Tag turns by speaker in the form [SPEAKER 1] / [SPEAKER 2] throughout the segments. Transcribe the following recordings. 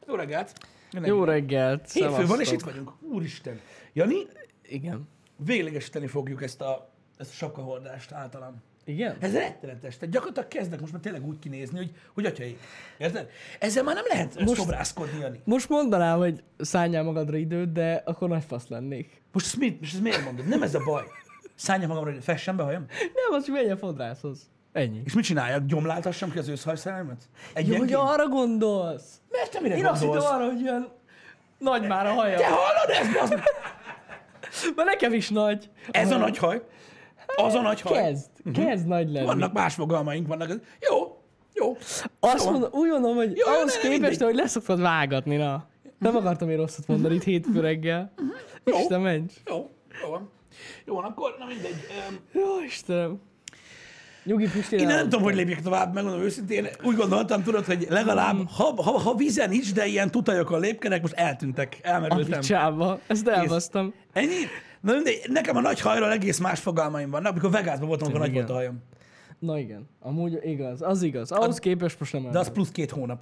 [SPEAKER 1] Jó reggelt!
[SPEAKER 2] Jó reggelt!
[SPEAKER 1] Hétfő van, és itt vagyunk. Úristen! Jani,
[SPEAKER 2] Igen.
[SPEAKER 1] véglegesíteni fogjuk ezt a sapkahordást általán.
[SPEAKER 2] Igen?
[SPEAKER 1] Ez rettenetes. Tehát gyakorlatilag kezdek most már tényleg úgy kinézni, hogy atyai. Érted? Ezzel már nem lehet
[SPEAKER 2] Most-
[SPEAKER 1] szobrászkodni, Jani.
[SPEAKER 2] Most mondanám, hogy szálljál magadra időt, de akkor nagy fasz lennék.
[SPEAKER 1] Most ezt miért mondod? Nem ez a baj. Szálljam magamra, hogy fessen be a hajam?
[SPEAKER 2] Nem, az csak menjen fodrászhoz. Ennyi.
[SPEAKER 1] És mit csináljak? Gyomláltassam ki az őszhajszálamat?
[SPEAKER 2] Jó, hogy
[SPEAKER 1] Egyenként?
[SPEAKER 2] arra gondolsz.
[SPEAKER 1] Mert te mire
[SPEAKER 2] Én azt
[SPEAKER 1] gondolsz?
[SPEAKER 2] hittem arra, hogy ilyen nagy már a haja.
[SPEAKER 1] Te hallod ezt? Az...
[SPEAKER 2] Mert nekem is nagy.
[SPEAKER 1] Ez a nagy haj? Az a nagy haj?
[SPEAKER 2] Kezd nagy lenni.
[SPEAKER 1] Vannak más fogalmaink, vannak. Jó.
[SPEAKER 2] Azt
[SPEAKER 1] Jó.
[SPEAKER 2] mondom, úgy mondom, hogy
[SPEAKER 1] Jó,
[SPEAKER 2] ahhoz
[SPEAKER 1] ne,
[SPEAKER 2] képest,
[SPEAKER 1] mindegy.
[SPEAKER 2] hogy leszoktad vágatni, na. Nem akartam én rosszat mondani itt hétfő reggel.
[SPEAKER 1] Jó.
[SPEAKER 2] Isten menj.
[SPEAKER 1] Jó van. Jó van, akkor na mindegy.
[SPEAKER 2] Jó, Istenem. Nyugi Pisti.
[SPEAKER 1] Én nem tudom, hogy lépjek tovább, megmondom őszintén. Úgy gondoltam, tudod, hogy legalább, ha vizen is, de ilyen tutajokon lépkedek, most eltűntek, elmerültem.
[SPEAKER 2] Csába. Ezt elbasztam.
[SPEAKER 1] Ennyi? Na mindegy, nekem a nagy hajról egész más fogalmaim vannak, amikor Vegasban voltam, akkor nagy
[SPEAKER 2] Igen.
[SPEAKER 1] volt a hajam.
[SPEAKER 2] Na igen, amúgy igaz, az igaz. Ahhoz képest most nem
[SPEAKER 1] De az
[SPEAKER 2] elmondom.
[SPEAKER 1] plusz 2 hónap.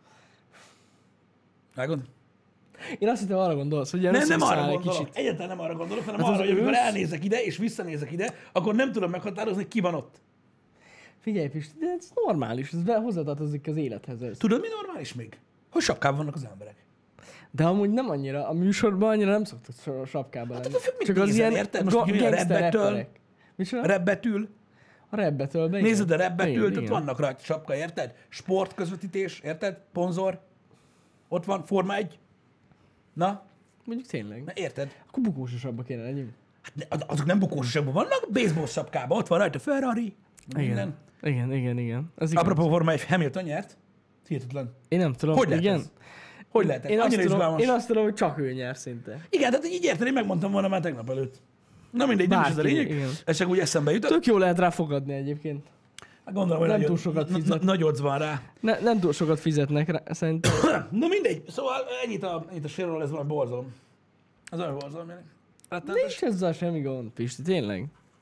[SPEAKER 1] Vágod?
[SPEAKER 2] Én azt hittem arra gondolsz, hogy ilyen
[SPEAKER 1] Nem arra
[SPEAKER 2] összeszáll egy
[SPEAKER 1] gondolok.
[SPEAKER 2] kicsit.
[SPEAKER 1] Egyáltalán nem arra gondolok, hanem
[SPEAKER 2] Hát az
[SPEAKER 1] arra, hogy amikor
[SPEAKER 2] ősz-
[SPEAKER 1] elnézek ide, és visszanézek ide, akkor nem tudom meghatározni, hogy ki van ott.
[SPEAKER 2] Figyelj Pisti, de ez normális, ez hozzátartozik az élethez ez.
[SPEAKER 1] Tudod, mi normális még? Hogy sapkában vannak az emberek.
[SPEAKER 2] De amúgy nem annyira, a műsorban annyira nem szoktak sapkában lenni.
[SPEAKER 1] attól függ, mit nézel, érted? Most ki jön a
[SPEAKER 2] gangster
[SPEAKER 1] rebbetől?
[SPEAKER 2] rapperek. Micsoda?
[SPEAKER 1] Rebbetül.
[SPEAKER 2] A rebbetől be,
[SPEAKER 1] Nézed a
[SPEAKER 2] igen.
[SPEAKER 1] rebbetül,
[SPEAKER 2] Igen,
[SPEAKER 1] tehát
[SPEAKER 2] igen.
[SPEAKER 1] vannak rajta sapka, érted? Sport közvetítés, érted? Ponzor. Ott van, Forma 1. Na,
[SPEAKER 2] Mondjuk tényleg.
[SPEAKER 1] érted?
[SPEAKER 2] Akkor bukósosabba kéne legyünk.
[SPEAKER 1] Hát azok nem bukósosakban vannak, baseball sapkában, ott van rajta Ferrari. Minden.
[SPEAKER 2] Igen. Ez igaz.
[SPEAKER 1] Apropó Forma 1, Hamilton nyert. Hihetetlen.
[SPEAKER 2] Én nem tudom.
[SPEAKER 1] Hogy lehet
[SPEAKER 2] igen.
[SPEAKER 1] ez? Hogy lehet ez?
[SPEAKER 2] Én azt,
[SPEAKER 1] Annyira
[SPEAKER 2] tudom,
[SPEAKER 1] izgalmas.
[SPEAKER 2] én azt tudom, hogy csak ő nyer szinte.
[SPEAKER 1] Igen, tehát így érted, én megmondtam volna már tegnap előtt. Na mindegy, nem is ez a
[SPEAKER 2] Bárki,
[SPEAKER 1] lényeg.
[SPEAKER 2] igen.
[SPEAKER 1] Ez csak úgy eszembe jutott.
[SPEAKER 2] Tök jó lehet rá fogadni egyébként.
[SPEAKER 1] Hát gondolom, hogy
[SPEAKER 2] nem
[SPEAKER 1] nagyon-
[SPEAKER 2] túl sokat fizet.
[SPEAKER 1] Nagy odds van rá.
[SPEAKER 2] Nem túl sokat fizetnek rá, szerintem.
[SPEAKER 1] Na mindegy, szóval ennyit a sérről, ez valami borzalom. Ez olyan borzalom, Jani.
[SPEAKER 2] Nincs ezzel semmi gond, Pisti, tényleg.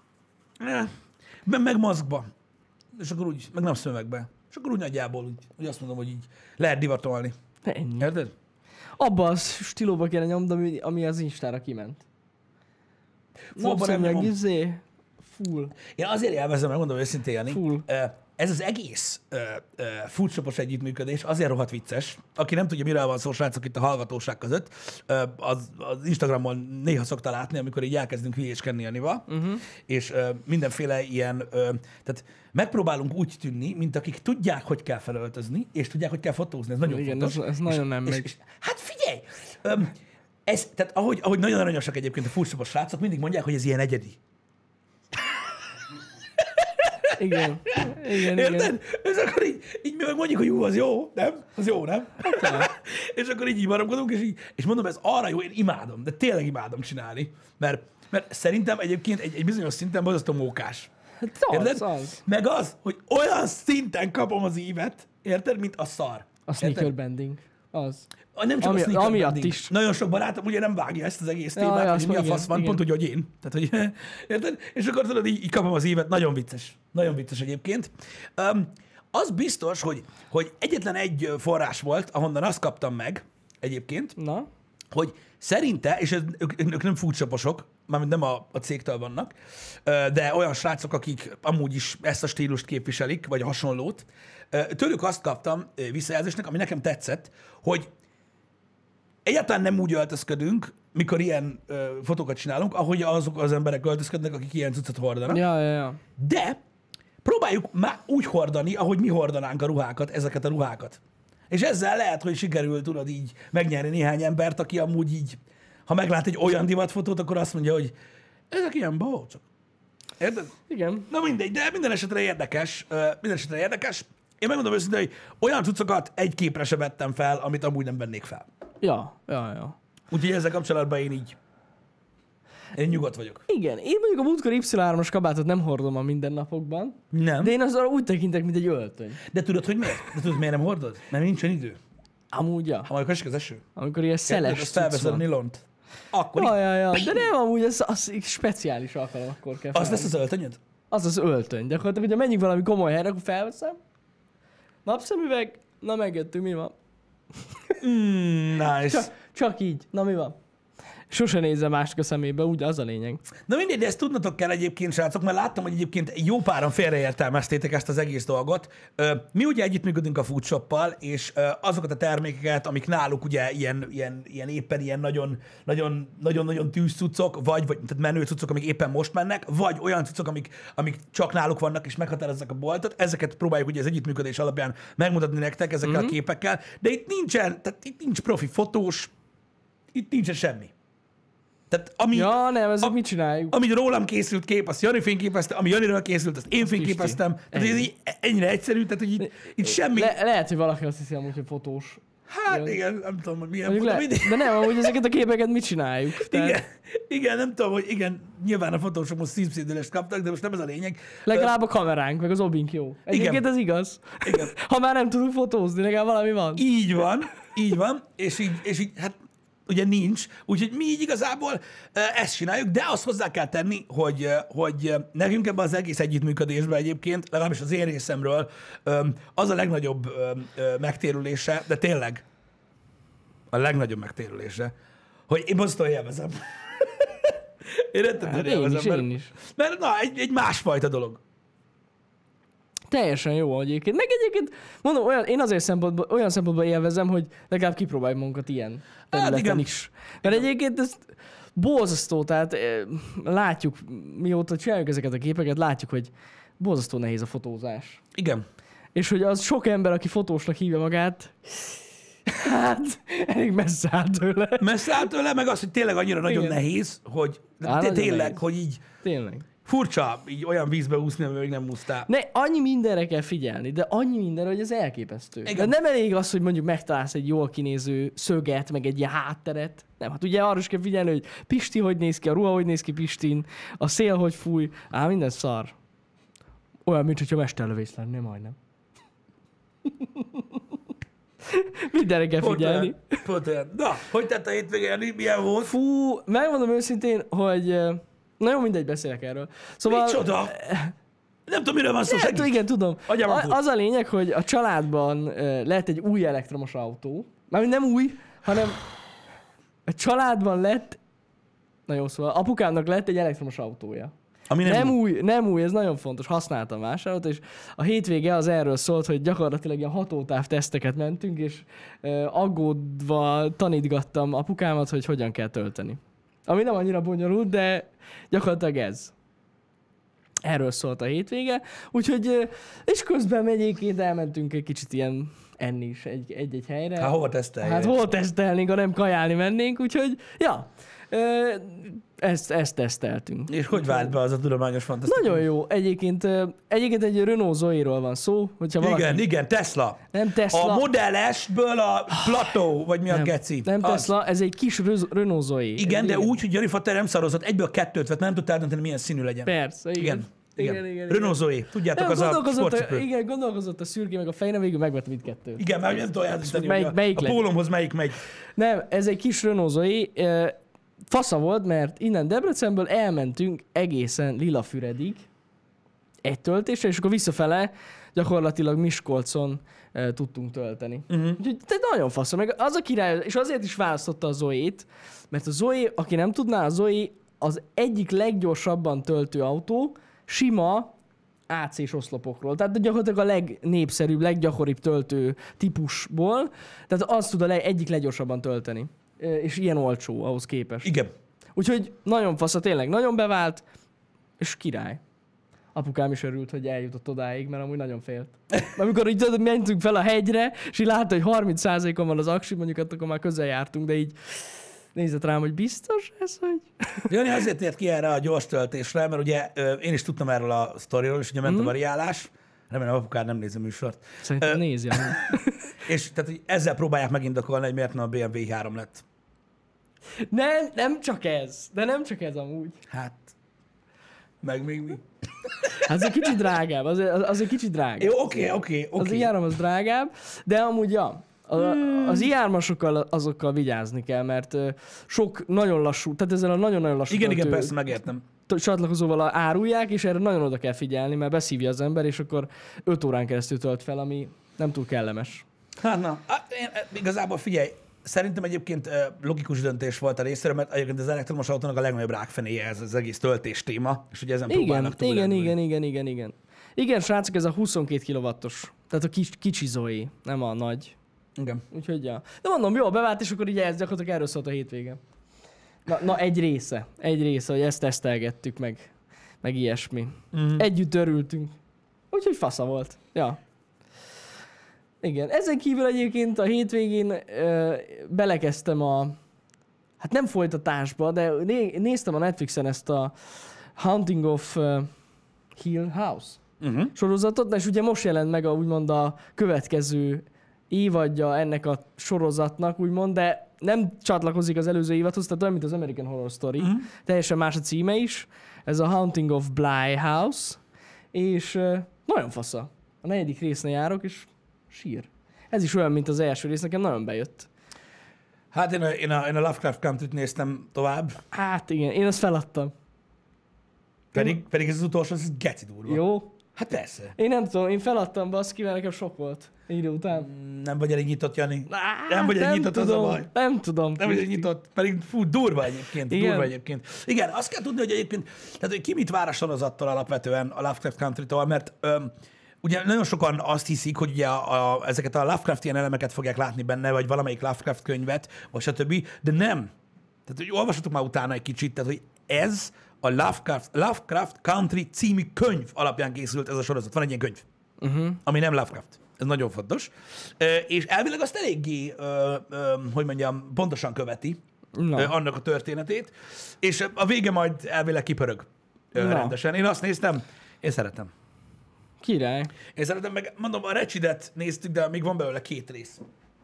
[SPEAKER 1] Meg maszkba. És akkor úgy, meg nem szövegbe. És akkor úgy nagyjából úgy azt mondom, hogy így lehet divatolni.
[SPEAKER 2] Ennyi.
[SPEAKER 1] Érted?
[SPEAKER 2] Abba a stílóba kéne nyomni, ami az Instára kiment.
[SPEAKER 1] Abba nem nyomom.
[SPEAKER 2] Full.
[SPEAKER 1] Én azért élvezem, megmondom őszintén, Jani.
[SPEAKER 2] Full.
[SPEAKER 1] Ez az egész foodshopos együttműködés azért rohadt vicces. Aki nem tudja, miről van szó, srácok, itt a hallgatóság között, az Instagramon néha szokta látni, amikor így elkezdünk hülyéskedni Janival, és mindenféle ilyen, tehát megpróbálunk úgy tűnni, mint akik tudják, hogy kell felöltözni, és tudják, hogy kell fotózni. Ez nagyon
[SPEAKER 2] Igen,
[SPEAKER 1] fontos.
[SPEAKER 2] ez nagyon nem megy.
[SPEAKER 1] Hát figyelj! Tehát ahogy nagyon aranyosak egyébként a foodshopos srácok, mindig mondják, hogy ez ilyen egyedi.
[SPEAKER 2] Igen.
[SPEAKER 1] Érted? És akkor így mi meg mondjuk, hogy jó, az jó, nem? Az jó, nem? És akkor így baromkodunk, és mondom, ez arra jó, én imádom, de tényleg imádom csinálni. Mert szerintem egyébként egy bizonyos szinten borzasztó mókás.
[SPEAKER 2] Hát
[SPEAKER 1] Érted?
[SPEAKER 2] az.
[SPEAKER 1] Meg az, hogy olyan szinten kapom az ívet, érted, mint a szar.
[SPEAKER 2] A sneaker bending. Az.
[SPEAKER 1] Nem csak a sneaker
[SPEAKER 2] amiatt
[SPEAKER 1] bending.
[SPEAKER 2] is.
[SPEAKER 1] Nagyon sok barátom ugye nem vágja ezt az egész
[SPEAKER 2] Ja,
[SPEAKER 1] témát,
[SPEAKER 2] ja,
[SPEAKER 1] hogy
[SPEAKER 2] azt
[SPEAKER 1] mi a
[SPEAKER 2] igen,
[SPEAKER 1] fasz van,
[SPEAKER 2] igen.
[SPEAKER 1] pont úgy, hogy én. Tehát, hogy, érted? És akkor tudod, így kapom az évet, nagyon vicces. Nagyon vicces egyébként. Az biztos, hogy egyetlen egy forrás volt, ahonnan azt kaptam meg egyébként,
[SPEAKER 2] Na?
[SPEAKER 1] hogy szerinte, és ők nem foodshoposok, mármint nem a cégtől vannak, de olyan srácok, akik amúgy is ezt a stílust képviselik, vagy hasonlót, tőlük azt kaptam visszajelzésnek, ami nekem tetszett, hogy egyáltalán nem úgy öltözködünk, mikor ilyen fotókat csinálunk, ahogy azok az emberek öltözködnek, akik ilyen cuccot hordanak.
[SPEAKER 2] Ja.
[SPEAKER 1] De próbáljuk már úgy hordani, ahogy mi hordanánk a ruhákat, ezeket a ruhákat. És ezzel lehet, hogy sikerül, tudod, így megnyerni néhány embert, aki amúgy így, ha meglát egy olyan divatfotót, akkor azt mondja, hogy ezek ilyen bócok. Érted?
[SPEAKER 2] Igen.
[SPEAKER 1] Na mindegy, de minden esetre érdekes. Én megmondom őszintén, hogy olyan cuccokat egy képre se vettem fel, amit amúgy nem vennék fel.
[SPEAKER 2] Ja.
[SPEAKER 1] Úgyhogy ezzel kapcsolatban én nyugodt vagyok.
[SPEAKER 2] Igen, én mondjuk a múltkor Y3-as kabátot nem hordom a mindennapokban,
[SPEAKER 1] Nem.
[SPEAKER 2] de én azra úgy tekintek, mint egy öltöny.
[SPEAKER 1] De tudod, hogy miért? De tudod, miért nem hordod? Mert nincsen idő.
[SPEAKER 2] Amúgy, ja.
[SPEAKER 1] Ha majd esik az eső.
[SPEAKER 2] Amikor ilyen szeles
[SPEAKER 1] Azt
[SPEAKER 2] cucc
[SPEAKER 1] felveszed a
[SPEAKER 2] van.
[SPEAKER 1] nilont. Akkor
[SPEAKER 2] Ja. De nem, amúgy az speciális alkalom, akkor kell
[SPEAKER 1] az
[SPEAKER 2] fel.
[SPEAKER 1] lesz az öltönyöd?
[SPEAKER 2] Az az öltöny. Gyakorlatilag, hogyha menjünk valami komoly helyre, akkor felveszem. Napszemüveg, na megjöttünk, mi van?
[SPEAKER 1] Nice.
[SPEAKER 2] Csak így. Na mi van? Sose nézze mást a szemébe, úgy az a lényeg.
[SPEAKER 1] Na mindegy, de ezt tudnotok kell egyébként, srácok, mert láttam, hogy egyébként jó páran félreértelmeztétek ezt az egész dolgot. Mi ugye együttműködünk a Foodshoppal, és azokat a termékeket, amik náluk ugye ilyen éppen ilyen nagyon tűz cuccok, vagy tehát menő cuccok, amik éppen most mennek, vagy olyan cuccok, amik csak náluk vannak és meghatározzák a boltot, ezeket próbáljuk ugye az együttműködés alapján megmutatni nektek ezekkel a képekkel, de itt nincsen, tehát itt nincs profi fotós, itt nincsen semmi. Tehát
[SPEAKER 2] Ja, nem, ezek mit csináljuk?
[SPEAKER 1] Amit rólam készült kép, azt Jani fényképezte, ami Janiről készült, azt én fényképeztem. Tehát ez így ennyire egyszerű, tehát hogy itt semmi...
[SPEAKER 2] Lehet, hogy valaki azt hiszi amúgy, hogy fotós.
[SPEAKER 1] Hát igen, nem tudom, hogy milyen fotó.
[SPEAKER 2] De nem, amúgy ezeket a képeket mit csináljuk?
[SPEAKER 1] Igen, nem tudom, hogy igen, nyilván a fotósok most szívszédülést kaptak, de most nem ez a lényeg.
[SPEAKER 2] Legalább a kameránk, meg az obink jó. Egyébként ez igaz.
[SPEAKER 1] Igen.
[SPEAKER 2] Ha már nem tudunk fotózni, legalább valami van.
[SPEAKER 1] Így van, és így hát ugye nincs, úgyhogy mi így igazából ezt csináljuk, de azt hozzá kell tenni, hogy nekünk ebben az egész együttműködésben egyébként, legalábbis az én részemről, az a legnagyobb megtérülése, de tényleg a legnagyobb megtérülése, hogy én borzasztóan élvezem. Én rettentően élvezem.
[SPEAKER 2] Én is.
[SPEAKER 1] Mert na, egy másfajta dolog.
[SPEAKER 2] Teljesen jó egyébként. Meg egyébként, mondom, én azért olyan szempontból élvezem, hogy legalább kipróbáljuk magunkat ilyen területen is. Mert egyébként ez borzasztó, tehát látjuk, mióta csináljuk ezeket a képeket, látjuk, hogy borzasztó nehéz a fotózás.
[SPEAKER 1] Igen.
[SPEAKER 2] És hogy az sok ember, aki fotósnak hívja magát, hát elég messze áll tőle.
[SPEAKER 1] Messze áll tőle, meg az, hogy tényleg annyira nagyon nehéz, hogy tényleg,
[SPEAKER 2] nehéz.
[SPEAKER 1] hogy így...
[SPEAKER 2] Tényleg.
[SPEAKER 1] Furcsa így olyan vízbe úszni, amivel még nem úsztál.
[SPEAKER 2] Ne, annyi mindenre kell figyelni, de annyi mindenre, hogy ez elképesztő. De nem elég az, hogy mondjuk megtalálsz egy jól kinéző szöget, meg egy ilyen hátteret. Nem, hát ugye arra is kell figyelni, hogy Pisti hogy néz ki, a ruha hogy néz ki Pistin, a szél hogy fúj, minden szar. Olyan, mint hogyha mesterlövész lenne, majdnem. Mindenre kell figyelni.
[SPEAKER 1] Pont olyan. Na, hogy tett a hétvégén, milyen volt?
[SPEAKER 2] Fú, megmondom őszintén, hogy... Na jó, mindegy, beszélek erről. Szóval...
[SPEAKER 1] Micsoda? Nem tudom, miről van szó, segíts.
[SPEAKER 2] Igen, tudom. Az a lényeg, hogy a családban lett egy új elektromos autó. Mármint nem új, hanem a családban lett... Na jó, szóval apukámnak lett egy elektromos autója.
[SPEAKER 1] Ami
[SPEAKER 2] nem új, ez nagyon fontos. Használtam vásárolt, és a hétvége az erről szólt, hogy gyakorlatilag ilyen hatótáv teszteket mentünk, és aggódva tanítgattam apukámat, hogy hogyan kell tölteni. Ami nem annyira bonyolult, de gyakorlatilag ez. Erről szólt a hétvége. Úgyhogy, és közben egyébként elmentünk egy kicsit ilyen enni is egy-egy helyre.
[SPEAKER 1] Hát hova tesztelni?
[SPEAKER 2] Hát hol tesztelnénk, ha nem kajálni mennénk, úgyhogy, ja. Ezt teszteltünk.
[SPEAKER 1] És hogy vált be az a tudományos fantasztikus?
[SPEAKER 2] Nagyon jó. Egyébként egy Renault Zoe-ról van szó. Hogyha valaki...
[SPEAKER 1] Igen, Tesla.
[SPEAKER 2] Nem Tesla.
[SPEAKER 1] A Model S-ből a Plateau, vagy mi a geci.
[SPEAKER 2] Nem az. Tesla, ez egy kis Renault Zoe.
[SPEAKER 1] Igen, de úgy, hogy Jani Fater nem szarozott, egyből kettőt vett, nem tudta eldönteni, milyen színű legyen.
[SPEAKER 2] Persze, igen.
[SPEAKER 1] Igen. Renault Zoe, tudjátok, az a sportcipő.
[SPEAKER 2] Igen, gondolkozott a szürke meg a fejre, végül megvett mindkettőt.
[SPEAKER 1] Igen, mert nem tudom eldönteni,
[SPEAKER 2] melyik
[SPEAKER 1] a pólomhoz melyik megy.
[SPEAKER 2] Nem, ez egy kis Renault Zoe. Fasza volt, mert innen Debrecenből elmentünk egészen Lilafüredig egy töltésre, és akkor visszafele gyakorlatilag Miskolcon tudtunk tölteni. Úgyhogy nagyon fasza. Meg az a király, és azért is választotta a Zoe-t, mert a Zoe, aki nem tudná, a Zoe az egyik leggyorsabban töltő autó, sima AC-s oszlopokról. Tehát gyakorlatilag a legnépszerűbb, leggyakoribb töltő típusból. Tehát az tud egyik leggyorsabban tölteni. És ilyen olcsó ahhoz képest.
[SPEAKER 1] Igen.
[SPEAKER 2] Úgyhogy nagyon fasza, tényleg nagyon bevált, és király. Apukám is örült, hogy eljutott odáig, mert amúgy nagyon félt. Amikor így tudod, mentünk fel a hegyre, és így látta, hogy 30%-on van az aksi, mondjuk akkor már közel jártunk, de így nézett rám, hogy biztos ez, hogy...
[SPEAKER 1] Jani azért tért ki erre a gyors töltésre, mert ugye én is tudtam erről a sztoriról, és ugye ment a variálás. Remélem, apukád nem nézi a műsort.
[SPEAKER 2] Szerintem nézi.
[SPEAKER 1] És tehát hogy ezzel próbálják megindokolni, hogy miért nem a BMW i3 lett.
[SPEAKER 2] Nem csak ez. De nem csak ez amúgy.
[SPEAKER 1] Hát, meg még mi?
[SPEAKER 2] Hát az egy kicsit drágább. Az egy kicsit drágább.
[SPEAKER 1] Jó, oké.
[SPEAKER 2] Az i3 az drágább, de amúgy ja. Az i3-asokkal azokkal vigyázni kell, mert sok nagyon lassú, tehát ezzel a nagyon-nagyon lassú
[SPEAKER 1] Igen, persze, megértem.
[SPEAKER 2] Csatlakozóval árulják, és erre nagyon oda kell figyelni, mert beszívja az ember, és akkor 5 órán keresztül tölt fel, ami nem túl kellemes.
[SPEAKER 1] Hát na, igazából figyelj, Szerintem egyébként logikus döntés volt a részéről, mert egyébként az elektromos autónak a legnagyobb rákfenéje ez az egész töltés téma, és ugye ezen próbálnak
[SPEAKER 2] Igen. Igen, srácok, ez a 22 kW-os. Tehát a kicsi Zoe, nem a nagy.
[SPEAKER 1] Igen.
[SPEAKER 2] Úgyhogy, ja. De mondom, jó, bevált, és akkor így ez gyakorlatilag erről szólt a hétvége. Na, egy része, hogy ezt tesztelgettük meg ilyesmi. Együtt örültünk. Úgyhogy fasza volt. Ja. Igen. Ezen kívül egyébként a hétvégén belekezdtem hát nem folytatásba, de néztem a Netflixen ezt a Haunting of Hill House sorozatot, és ugye most jelent meg úgymond a következő évadja ennek a sorozatnak, úgymond, de nem csatlakozik az előző évadhoz, tehát olyan, mint az American Horror Story. Teljesen más a címe is. Ez a Haunting of Bly House, és nagyon fasza. A 4. résznél járok, és sír. Ez is olyan, mint az első rész, nekem nagyon bejött.
[SPEAKER 1] Hát én a Lovecraft Country-t néztem tovább.
[SPEAKER 2] Hát igen, én azt feladtam.
[SPEAKER 1] Pedig ez az utolsó, ez geci durva.
[SPEAKER 2] Jó.
[SPEAKER 1] Hát persze.
[SPEAKER 2] Én nem tudom, én feladtam, baszki, mert nekem sok volt egy idő után.
[SPEAKER 1] Nem vagy elég nyitott, Jani. Nem vagy elég nyitott, az a baj.
[SPEAKER 2] Nem tudom.
[SPEAKER 1] Nem vagy elég nyitott, pedig durva egyébként.
[SPEAKER 2] Igen.
[SPEAKER 1] Durva egyébként. Igen, azt kell tudni, hogy egyébként, tehát hogy ki mit vár a sorozattól alapvetően a Lovecraft Country-tól, mert ugye nagyon sokan azt hiszik, hogy ugye ezeket a Lovecraftian elemeket fogják látni benne, vagy valamelyik Lovecraft könyvet, vagy stb., de nem. Tehát, hogy olvassatok már utána egy kicsit, tehát, hogy ez a Lovecraft Country című könyv alapján készült ez a sorozat. Van egy ilyen könyv, ami nem Lovecraft. Ez nagyon fontos. És elvileg azt eléggé, hogy mondjam, pontosan követi annak a történetét, és a vége majd elvileg kipörög rendesen. Én azt néztem, én szeretem.
[SPEAKER 2] Király.
[SPEAKER 1] Én szeretem, meg mondom, a Wretched-et néztük, de még van belőle 2 rész.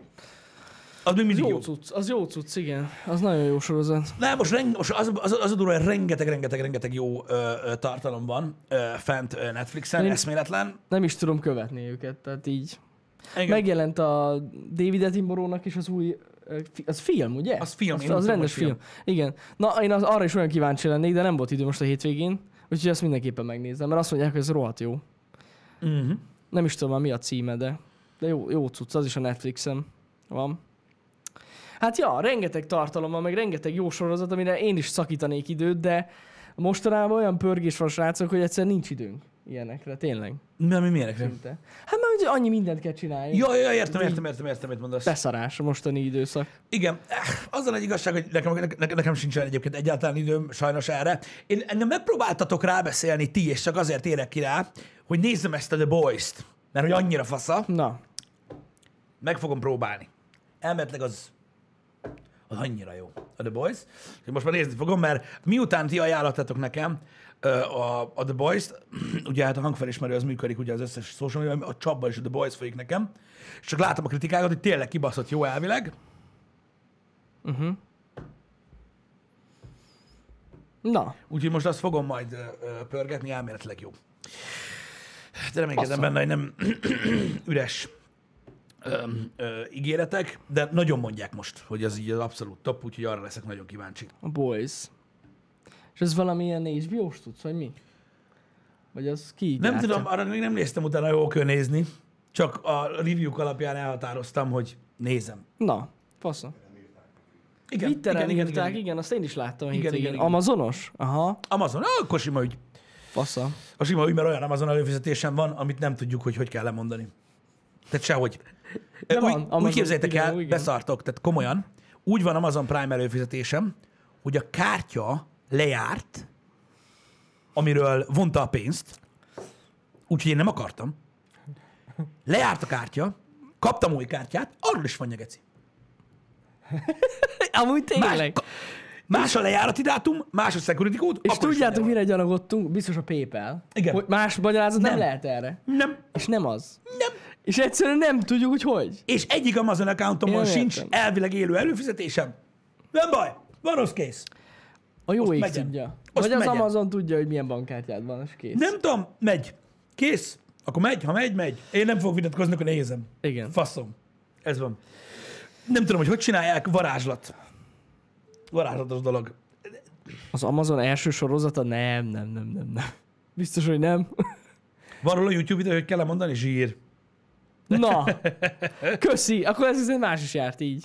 [SPEAKER 1] Az még mindig jó.
[SPEAKER 2] Az jó cucc, igen. Az nagyon jó sorozat.
[SPEAKER 1] Nem, most az a durva, hogy rengeteg jó tartalom van fent Netflixen, eszméletlen.
[SPEAKER 2] Nem is tudom követni őket, tehát így.
[SPEAKER 1] Igen.
[SPEAKER 2] Megjelent a David Attenborough-nak is az új, az film, ugye?
[SPEAKER 1] Az film.
[SPEAKER 2] Az rendes film. Igen. Na, én arra is olyan kíváncsi lennék, de nem volt idő most a hétvégén, úgyhogy ezt mindenképpen megnézem, mert azt mondják, hogy ez rohadt jó. Nem is tudom már mi a címe, de jó cucc, az is a Netflixen van. Hát ja, rengeteg tartalom van, meg rengeteg jó sorozat, amire én is szakítanék időt, de mostanában olyan pörgés van, srácok, hogy egyszer nincs időnk ilyenekre, tényleg.
[SPEAKER 1] Milyenekre?
[SPEAKER 2] Szinte. Hát már ugye annyi mindent kell csinálni.
[SPEAKER 1] Ja, értem, mit mondasz.
[SPEAKER 2] Beszarás a mostani időszak.
[SPEAKER 1] Igen, azzal egy igazság, hogy nekem sincsen egyébként egyáltalán időm sajnos erre. Engem megpróbáltatok rábeszélni ti, és csak azért érek ki rá, hogy nézzem ezt a The Boys-t, mert hogy annyira fasza.
[SPEAKER 2] Na.
[SPEAKER 1] Meg fogom próbálni. Elméletileg az annyira jó, a The Boys. Most már nézni fogom, mert miután ti ajánlottatok nekem a The Boys-t, ugye hát a hangfelismerő az működik, ugye az összes social media, a Csapba és a The Boys folyik nekem, és csak látom a kritikákat, hogy tényleg kibaszott jó elvileg.
[SPEAKER 2] Na.
[SPEAKER 1] Úgyhogy most azt fogom majd pörgetni, elméletileg jó. De reménykedem benne, hogy nem üres ígéretek, de nagyon mondják most, hogy ez így az abszolút top, úgyhogy arra leszek nagyon kíváncsi.
[SPEAKER 2] A Boys. És ez valamilyen HBO-s tudsz, vagy mi? Vagy az ki
[SPEAKER 1] Nem tudom, arra még nem néztem utána, jól kell nézni. Csak a review-k alapján elhatároztam, hogy nézem.
[SPEAKER 2] Na, fasza. Twitteren írták, igen, azt én is láttam a hétvégén. Amazonos? Aha.
[SPEAKER 1] Amazon, akkor sima ügy.
[SPEAKER 2] Fasza.
[SPEAKER 1] A sima ügy, mert olyan Amazon előfizetésem van, amit nem tudjuk, hogy kell lemondani. Tehát sehogy. Úgy képzeljétek el, igen. Beszartok, tehát komolyan. Úgy van Amazon Prime előfizetésem, hogy a kártya lejárt, amiről vonta a pénzt, úgyhogy én nem akartam. Lejárt a kártya, kaptam új kártyát, arról is van nyegeci.
[SPEAKER 2] Amúgy tényleg.
[SPEAKER 1] Más a lejárati dátum, más a security code.
[SPEAKER 2] És tudjátok, mire gyanagodtunk? Biztos a PayPal.
[SPEAKER 1] Igen.
[SPEAKER 2] Hogy más magyarázat nem lehet erre.
[SPEAKER 1] Nem.
[SPEAKER 2] És nem az.
[SPEAKER 1] Nem.
[SPEAKER 2] És egyszerűen nem tudjuk, hogy hogy.
[SPEAKER 1] És egyik Amazon accountomon sincs elvileg élő előfizetésem. Nem baj, van rossz kész.
[SPEAKER 2] A jó ég tudja. Vagy az Amazon tudja, hogy milyen bankkártyád van, és kész.
[SPEAKER 1] Nem tudom, megy. Kész. Akkor megy, ha megy. Én nem fogok vitatkozni, akkor nézem.
[SPEAKER 2] Igen.
[SPEAKER 1] Faszom. Ez van. Nem tudom, hogy csinálják, varázslat. Varázslatos dolog.
[SPEAKER 2] Az Amazon első sorozata? Nem. Biztos, hogy nem.
[SPEAKER 1] Van róla YouTube videó, hogy kell lemondani? Zsír.
[SPEAKER 2] Na, köszi. Akkor ez más is járt így.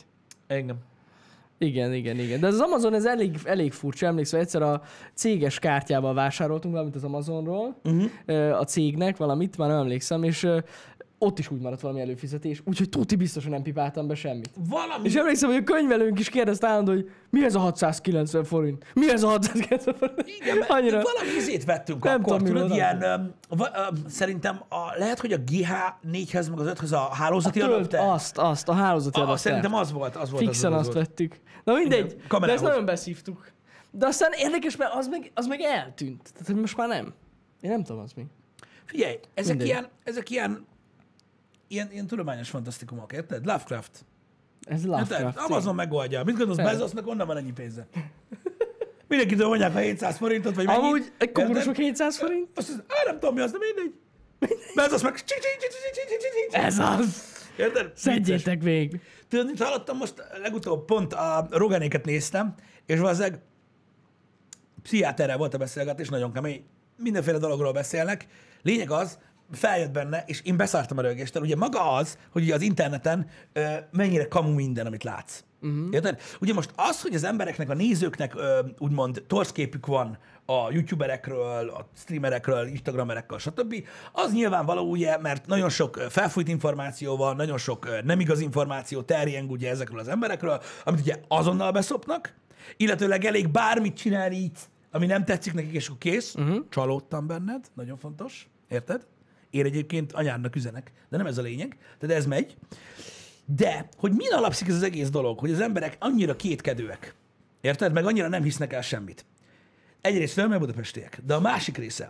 [SPEAKER 1] Engem.
[SPEAKER 2] Igen. De az Amazon ez elég furcsa. Emlékszem, egyszer a céges kártyával vásároltunk valamit az Amazonról, a cégnek valamit, már nem emlékszem, és ott is úgy maradt valami előfizetés, úgyhogy tuti biztosan nem pipáltam be semmit.
[SPEAKER 1] Valami...
[SPEAKER 2] És emlékszem, hogy a könyvelőnk is kérdezte állandóan, hogy mi ez a 690 forint? Mi ez a 690 forint?
[SPEAKER 1] Igen, mert
[SPEAKER 2] Annyira...
[SPEAKER 1] valami izét vettünk
[SPEAKER 2] Nem
[SPEAKER 1] akkor,
[SPEAKER 2] tudom,
[SPEAKER 1] tudod, ilyen, szerintem lehet, hogy a GH4-hez meg az 5-höz a hálózati adapter.
[SPEAKER 2] Azt, a hálózati adapter.
[SPEAKER 1] Szerintem az volt.
[SPEAKER 2] Fixen azt vettük. Na mindegy,
[SPEAKER 1] igen,
[SPEAKER 2] de ezt nagyon beszívtuk. De aztán érdekes, mert az meg eltűnt. Tehát hogy most már nem. Én nem tudom, az mi.
[SPEAKER 1] Figyelj, ezek ilyen tudományos fantasztikumok, érted? Lovecraft.
[SPEAKER 2] Ez Lovecraft.
[SPEAKER 1] Amazon megoldja. Mit gondolsz, Bezosnak onnan van ennyi pénze? Mindenkitől mondják a 700 forintot, vagy mennyit.
[SPEAKER 2] Amúgy egy kódusok 700 forint?
[SPEAKER 1] Azt nem tudom mi az, de mindegy. Bezos meg...
[SPEAKER 2] Ez az!
[SPEAKER 1] Érted?
[SPEAKER 2] Szedjétek még!
[SPEAKER 1] Tudod, mit hallottam most? Legutóbb pont a Roganéket néztem, és valószínűleg pszichiáterrel volt a beszélgetés, nagyon kemény. Mindenféle dologról beszélnek. Lényeg az, feljött benne, és én beszartam a rögéstől. Ugye maga az, hogy ugye az interneten mennyire kamu minden, amit látsz. Érted? Ugye most az, hogy az embereknek, a nézőknek úgymond torszképük van a youtuberekről, a streamerekről, instagramerekről, stb. Az nyilvánvaló, ugye, mert nagyon sok felfújt információ van, nagyon sok nem igaz információ terjeng ugye ezekről az emberekről, amit ugye azonnal beszopnak, illetőleg elég bármit csinálni így, ami nem tetszik nekik, és akkor kész. Csalódtam benned, nagyon fontos. Érted? Én egyébként anyádnak üzenek, de nem ez a lényeg, tehát ez megy. De, hogy min alapszik ez az egész dolog, hogy az emberek annyira kétkedőek, érted? Meg annyira nem hisznek el semmit. Egyrészt mert budapestiek, de a másik része.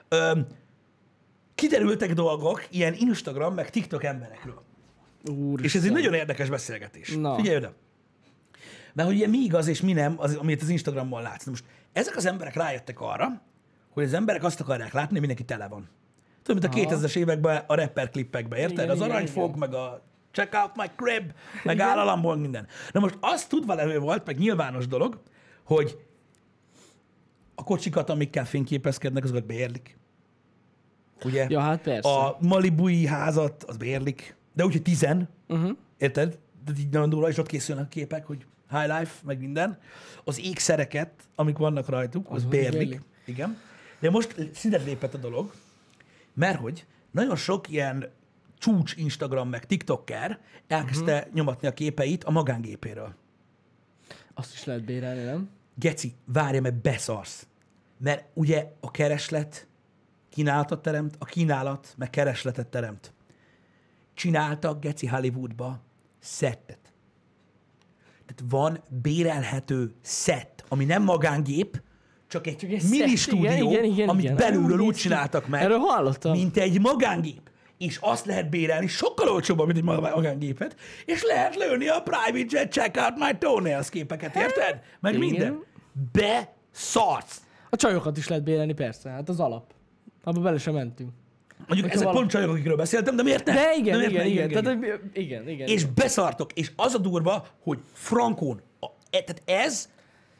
[SPEAKER 1] Kiderültek dolgok ilyen Instagram meg TikTok emberekről.
[SPEAKER 2] Úristen.
[SPEAKER 1] És ez egy nagyon érdekes beszélgetés.
[SPEAKER 2] Na.
[SPEAKER 1] Figyelj oda. Mert hogy ugye mi igaz és mi nem, amit az Instagramon látsz. Na most ezek az emberek rájöttek arra, hogy az emberek azt akarják látni, hogy mindenki tele van. Tudod, mint a 2000-es években a rapper klippekben, érted?
[SPEAKER 2] Igen,
[SPEAKER 1] az
[SPEAKER 2] igen,
[SPEAKER 1] aranyfog,
[SPEAKER 2] igen.
[SPEAKER 1] meg a check out my crib, meg áll a Lamborghini, minden. Na most azt tudva levő volt, meg nyilvános dolog, hogy a kocsikat, amikkel fényképezkednek, azokat bérlik. Ugye?
[SPEAKER 2] Ja, hát persze.
[SPEAKER 1] A malibui házat, az bérlik. De úgyhogy 10, érted? De így nagyon durva, és ott készülnek a képek, hogy high life, meg minden. Az ékszereket, amik vannak rajtuk, az bérlik. Igen. De most szintet lépett a dolog, mert hogy nagyon sok ilyen csúcs Instagram meg TikToker elkezdte nyomatni a képeit a magángépéről.
[SPEAKER 2] Azt is lehet bérelni, nem?
[SPEAKER 1] Geci, várja, mert beszarsz. Mert ugye a kereslet kínálatot teremt, a kínálat meg keresletet teremt. Csináltak, Geci, Hollywoodba szettet. Tehát van bérelhető szett, ami nem magángép, csak egy mini
[SPEAKER 2] szett.
[SPEAKER 1] stúdió,
[SPEAKER 2] Igen,
[SPEAKER 1] amit
[SPEAKER 2] igen.
[SPEAKER 1] belülről úgy csináltak meg,
[SPEAKER 2] Erről hallottam.
[SPEAKER 1] mint egy magángép. És azt lehet bérelni sokkal olcsóbban, mint egy magángépet, és lehet lőni a private jet check out my toenails képeket, érted? Meg
[SPEAKER 2] Igen.
[SPEAKER 1] minden. Beszarsz.
[SPEAKER 2] A csajokat is lehet bérelni, persze. Hát az alap. Abba bele sem mentünk.
[SPEAKER 1] Mondjuk ezek pont csajok, akikről beszéltem, de miért ne?
[SPEAKER 2] De igen,
[SPEAKER 1] miért ne?
[SPEAKER 2] igen. Tehát, igen.
[SPEAKER 1] És beszartok. És az a durva, hogy frankón, tehát ez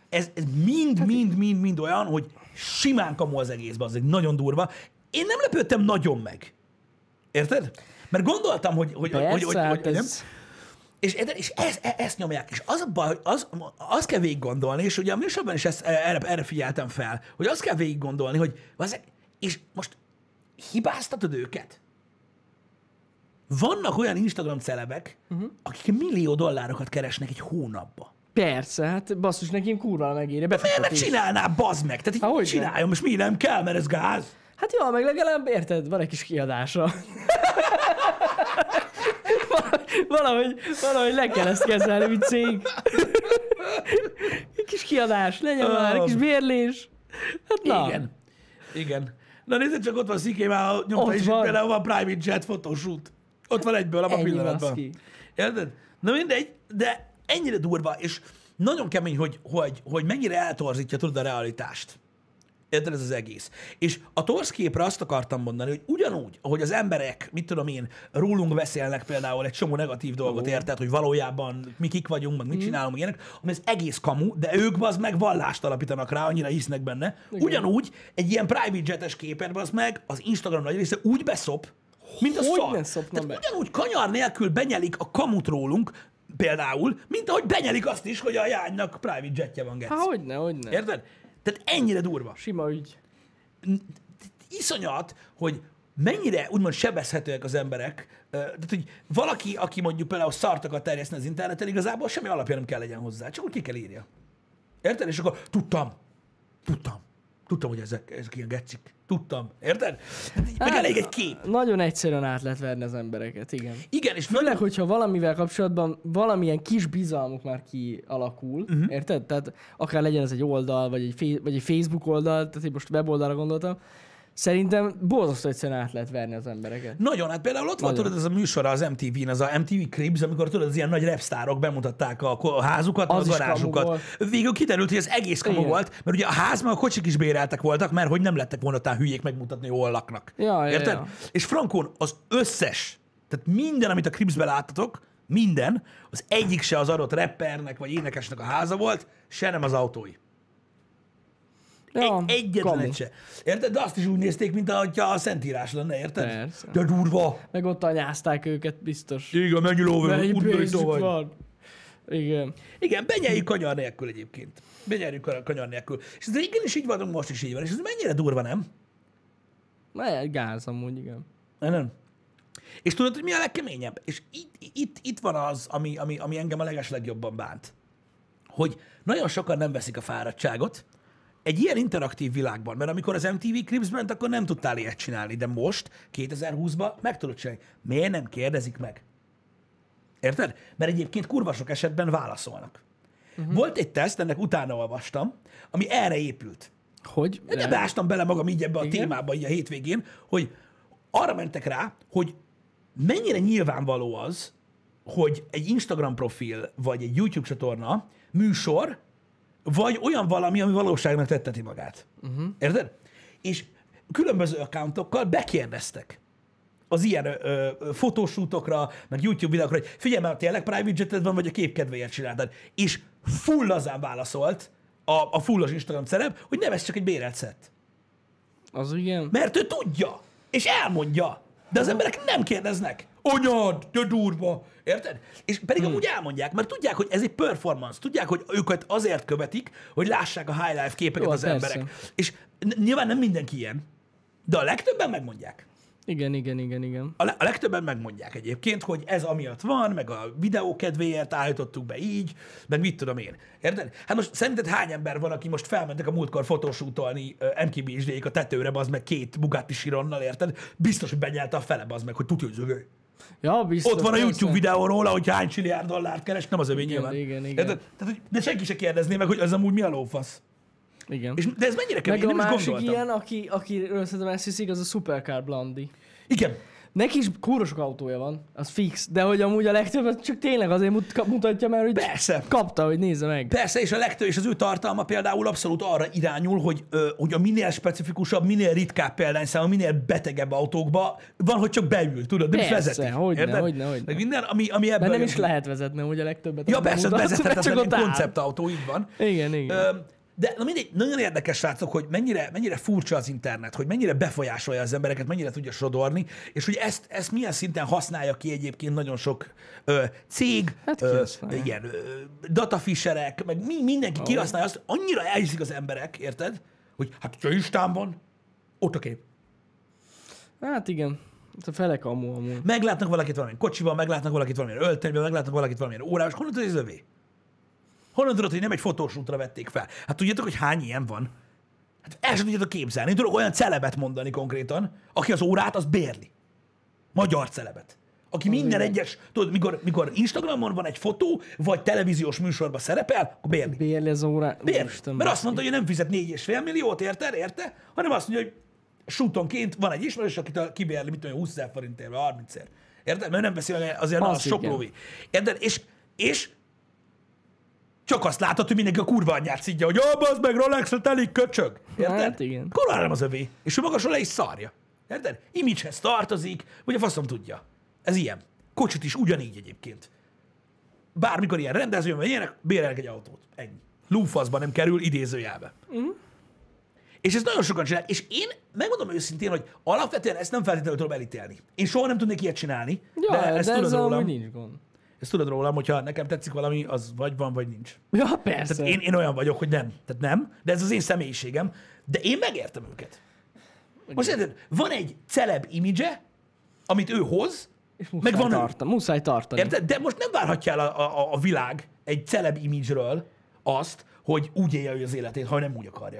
[SPEAKER 1] mind olyan, hogy simán kamu az egészben, az egy nagyon durva. Én nem lepődtem nagyon meg. Érted? Mert gondoltam, hogy
[SPEAKER 2] hát
[SPEAKER 1] nem.
[SPEAKER 2] ez...
[SPEAKER 1] És ezt nyomják. És az a baj, hogy azt kell végig gondolni, és ugye a műsorban is erre figyeltem fel, hogy azt kell végig gondolni, hogy és most hibáztatod őket? Vannak olyan Instagram celebek, akik $1 millió keresnek egy hónapba.
[SPEAKER 2] Persze, hát basszus, nekem kurva megéri.
[SPEAKER 1] Miért ne csinálná, bazd meg? Tehát így csináljon, most mi nem kell, mert ez gáz.
[SPEAKER 2] Hát jó, meg legalább érted, van egy kis kiadása. valahogy le kell ezt kezelni, mint cég. Egy kis kiadás, legyen már, egy kis bérlés. Hát na.
[SPEAKER 1] Igen. Na nézd, csak ott van Sziké, már nyomta is, például van private jet photoshoot. Ott van egyből, abban a pillanatban. Érted? Na mindegy, de ennyire durva, és nagyon kemény, hogy mennyire eltorzítja, tudod, a realitást. Érted, ez az egész. És a torszképre azt akartam mondani, hogy ugyanúgy, ahogy az emberek, mit tudom én, rólunk beszélnek például egy csomó negatív dolgot, érted, hogy valójában mi kik vagyunk, meg mit csinálunk, meg ilyenek, ami ez egész kamu, de ők az meg vallást alapítanak rá, annyira hisznek benne. Igen. Ugyanúgy egy ilyen private jetes képet az meg az Instagram nagy része úgy beszop, mint a szar. Tehát ugyanúgy kanyar nélkül benyelik a kamut rólunk, például, mint ahogy benyelik azt is, hogy a Jánynak private jetje van, geci.
[SPEAKER 2] Há, hogyne.
[SPEAKER 1] Érted? Tehát ennyire durva.
[SPEAKER 2] Sima ügy.
[SPEAKER 1] Iszonyat, hogy mennyire úgymond sebezhetőek az emberek. Tehát, hogy valaki, aki mondjuk például szart akar terjeszteni az interneten, igazából semmi alapja nem kell legyen hozzá, csak úgy ki kell írja. Érted? És akkor tudtam, hogy ezek ilyen gecik. Tudtam. Érted? Meg elég egy kép.
[SPEAKER 2] Nagyon egyszerűen át lehet verni az embereket, igen.
[SPEAKER 1] Igen, és
[SPEAKER 2] Főleg, hogyha valamivel kapcsolatban valamilyen kis bizalmuk már kialakul, érted? Tehát akár legyen ez egy oldal, vagy egy Facebook oldal, tehát én most weboldalra gondoltam, szerintem borzasztó egyszerűen át lehet verni az embereket.
[SPEAKER 1] Nagyon, hát például ott volt tudod ez a műsor az MTV-n, az a MTV Cribs, amikor tudod, az ilyen nagy rapsztárok bemutatták a házukat, a garázsukat. Végül kiderült, hogy ez egész kamu volt, mert ugye a házban a kocsik is béreltek voltak, mert hogy nem lettek volna tán hülyék megmutatni, hol laknak. Érted? Ja. És frankón az összes, tehát minden, amit a Cribsben láttatok, minden, az egyik se az adott rappernek vagy énekesnek a háza volt, se nem az autói.
[SPEAKER 2] Ja,
[SPEAKER 1] Egyetlen egy se. Érted? De azt is úgy nézték, mint ahogy a Szentírás lenne, érted?
[SPEAKER 2] Persze.
[SPEAKER 1] De durva.
[SPEAKER 2] Meg ott anyázták őket, biztos.
[SPEAKER 1] Igen, mennyi lóvő,
[SPEAKER 2] pénzük van. Igen.
[SPEAKER 1] Igen, benyeljük kanyar nélkül egyébként. Benyeljük kanyar nélkül. És ez igenis így vagyunk, most is így van. És ez mennyire durva, nem?
[SPEAKER 2] Gáz amúgy, igen.
[SPEAKER 1] Nem. És tudod, hogy mi a legkeményebb? És itt van az, ami engem a legeslegjobban bánt. Hogy nagyon sokan nem veszik a fáradtságot, egy ilyen interaktív világban, mert amikor az MTV Cribs ment, akkor nem tudtál ilyet csinálni, de most, 2020-ban meg tudod csinálni. Miért nem kérdezik meg? Érted? Mert egyébként kurva sok esetben válaszolnak. Volt egy teszt, ennek utána olvastam, ami erre épült.
[SPEAKER 2] Hogy?
[SPEAKER 1] De beástam bele magam így ebbe a témába így a hétvégén, hogy arra mentek rá, hogy mennyire nyilvánvaló az, hogy egy Instagram profil, vagy egy YouTube csatorna, műsor, vagy olyan valami, ami valóságnak tetteti magát. Érted? És különböző accountokkal bekérdeztek az ilyen fotóshootokra, meg YouTube videókra, hogy figyelj már, tényleg private jeted van, vagy a képkedvéért csináltad. És full lazán válaszolt a fullos Instagram szerep, hogy ne vesz csak egy bérelt szett.
[SPEAKER 2] Az igen.
[SPEAKER 1] Mert ő tudja, és elmondja, de az emberek nem kérdeznek. Anyad, de durva. Érted? És pedig amúgy elmondják, mert tudják, hogy ez egy performance. Tudják, hogy őket azért követik, hogy lássák a high life képeket az emberek. És nyilván nem mindenki ilyen, de a legtöbben megmondják.
[SPEAKER 2] Igen.
[SPEAKER 1] A legtöbben megmondják egyébként, hogy ez amiatt van, meg a videó kedvéért állítottuk be így, meg mit tudom én. Érted? Hát most szerinted hány ember van, aki most felmentek a múltkor fotósútolni MKBSD-ik a tetőre, az meg 2 Bugatti Chironnal, érted? Biztos, hogy benyelte a fele, az meg, hogy tudja, hogy az övé.
[SPEAKER 2] Ja, biztos.
[SPEAKER 1] Ott van a YouTube videó róla, hogy hány milliárd dollárt keres, nem az övé nyilván.
[SPEAKER 2] Igen.
[SPEAKER 1] Tehát, de senki se kérdezné meg, hogy az amúgy mi a lófasz.
[SPEAKER 2] Igen.
[SPEAKER 1] De ez mennyire kemény,
[SPEAKER 2] meg a
[SPEAKER 1] nem is
[SPEAKER 2] másik
[SPEAKER 1] gondoltam.
[SPEAKER 2] ilyen, akiről szerintem ezt hiszik, az a Supercar Blondie.
[SPEAKER 1] Igen.
[SPEAKER 2] Neki is kurva sok autója van, az fix, de hogy amúgy a legtöbbet csak tényleg azért mutatja, mert hogy
[SPEAKER 1] Persze.
[SPEAKER 2] kapta, hogy nézze meg.
[SPEAKER 1] Persze, és a legtöbb, és az ő tartalma például abszolút arra irányul, hogy a minél specifikusabb, minél ritkább példányszámú, minél betegebb autókba van, hogy csak beül, tudod, nem is vezeti.
[SPEAKER 2] Persze, hogyne.
[SPEAKER 1] Meg minden, ami ebből...
[SPEAKER 2] Mert nem is lehet vezetni, hogy a legtöbbet.
[SPEAKER 1] Ja, persze, vezethetetlen
[SPEAKER 2] ott
[SPEAKER 1] konceptautó, így van.
[SPEAKER 2] Igen.
[SPEAKER 1] De na mindegy, nagyon érdekes, srácok, hogy mennyire furcsa az internet, hogy mennyire befolyásolja az embereket, mennyire tudja sodorni, és hogy ezt milyen szinten használja ki egyébként nagyon sok cég,
[SPEAKER 2] Hát
[SPEAKER 1] ilyen datafisherek, meg mindenki kihasználja azt, annyira elhiszik az emberek, érted? Hogy hát, ha Instán van, ott a kép.
[SPEAKER 2] Hát igen. A felek amúgy.
[SPEAKER 1] Meglátnak valakit valamilyen kocsival, meglátnak valakit valamilyen öltönyben, meglátnak valakit valamilyen órával, és honnan tudod, hogy ez övé? Honnan tudod, hogy nem egy fotósútra vették fel? Hát tudjátok, hogy hány ilyen van? Hát el sem tudjátok képzelni. Tudok olyan celebet mondani konkrétan, aki az órát, az bérli. Magyar celebet. Aki minden egyes, tudod, mikor Instagramon van egy fotó, vagy televíziós műsorban szerepel, akkor bérli.
[SPEAKER 2] Bérli az órát.
[SPEAKER 1] Bérli. Mert azt mondta, hogy nem fizet 4,5 milliót, érte? Hanem azt mondja, hogy shootonként van egy ismerős, akit kibérli, mit tudom, 20 000 forintért, vagy 30-ért. Érted? Mert nem veszi meg azért az sok lóvé. Érted? És csak azt látod, hogy mindenki a kurva anyját szidja, hogy az meg Rolexre telik köcsög. Érted?
[SPEAKER 2] Hát igen.
[SPEAKER 1] Kurva nem az övé. És ő magasról le is szarja. Érted? Image-hez tartozik, vagy a faszom tudja. Ez ilyen. Kocsit is ugyanígy egyébként. Bármikor ilyen rendezvőn, vagy ilyenek, bérelnek egy autót. Ennyi. Lúfaszba nem kerül idézőjelbe. És ezt nagyon sokan csinálják. És én megmondom őszintén, hogy alapvetően ezt nem feltétlenül tudom elítélni. Én soha nem tudnék ilyet csinálni,
[SPEAKER 2] Ja,
[SPEAKER 1] de ezt tudod
[SPEAKER 2] ezzel
[SPEAKER 1] rólam.
[SPEAKER 2] nincs gond.
[SPEAKER 1] Ezt tudod rólam, hogyha nekem tetszik valami, az vagy van, vagy nincs.
[SPEAKER 2] Ja, persze.
[SPEAKER 1] Tehát én olyan vagyok, hogy nem. Tehát nem, de ez az én személyiségem. De én megértem őket. Most érted, van egy celeb image, amit ő hoz,
[SPEAKER 2] És
[SPEAKER 1] meg van
[SPEAKER 2] muszáj tartani.
[SPEAKER 1] Érted? De most nem várhatja el a világ egy celeb image-ről azt, hogy úgy élje ő az életét, ha ő nem úgy akarja.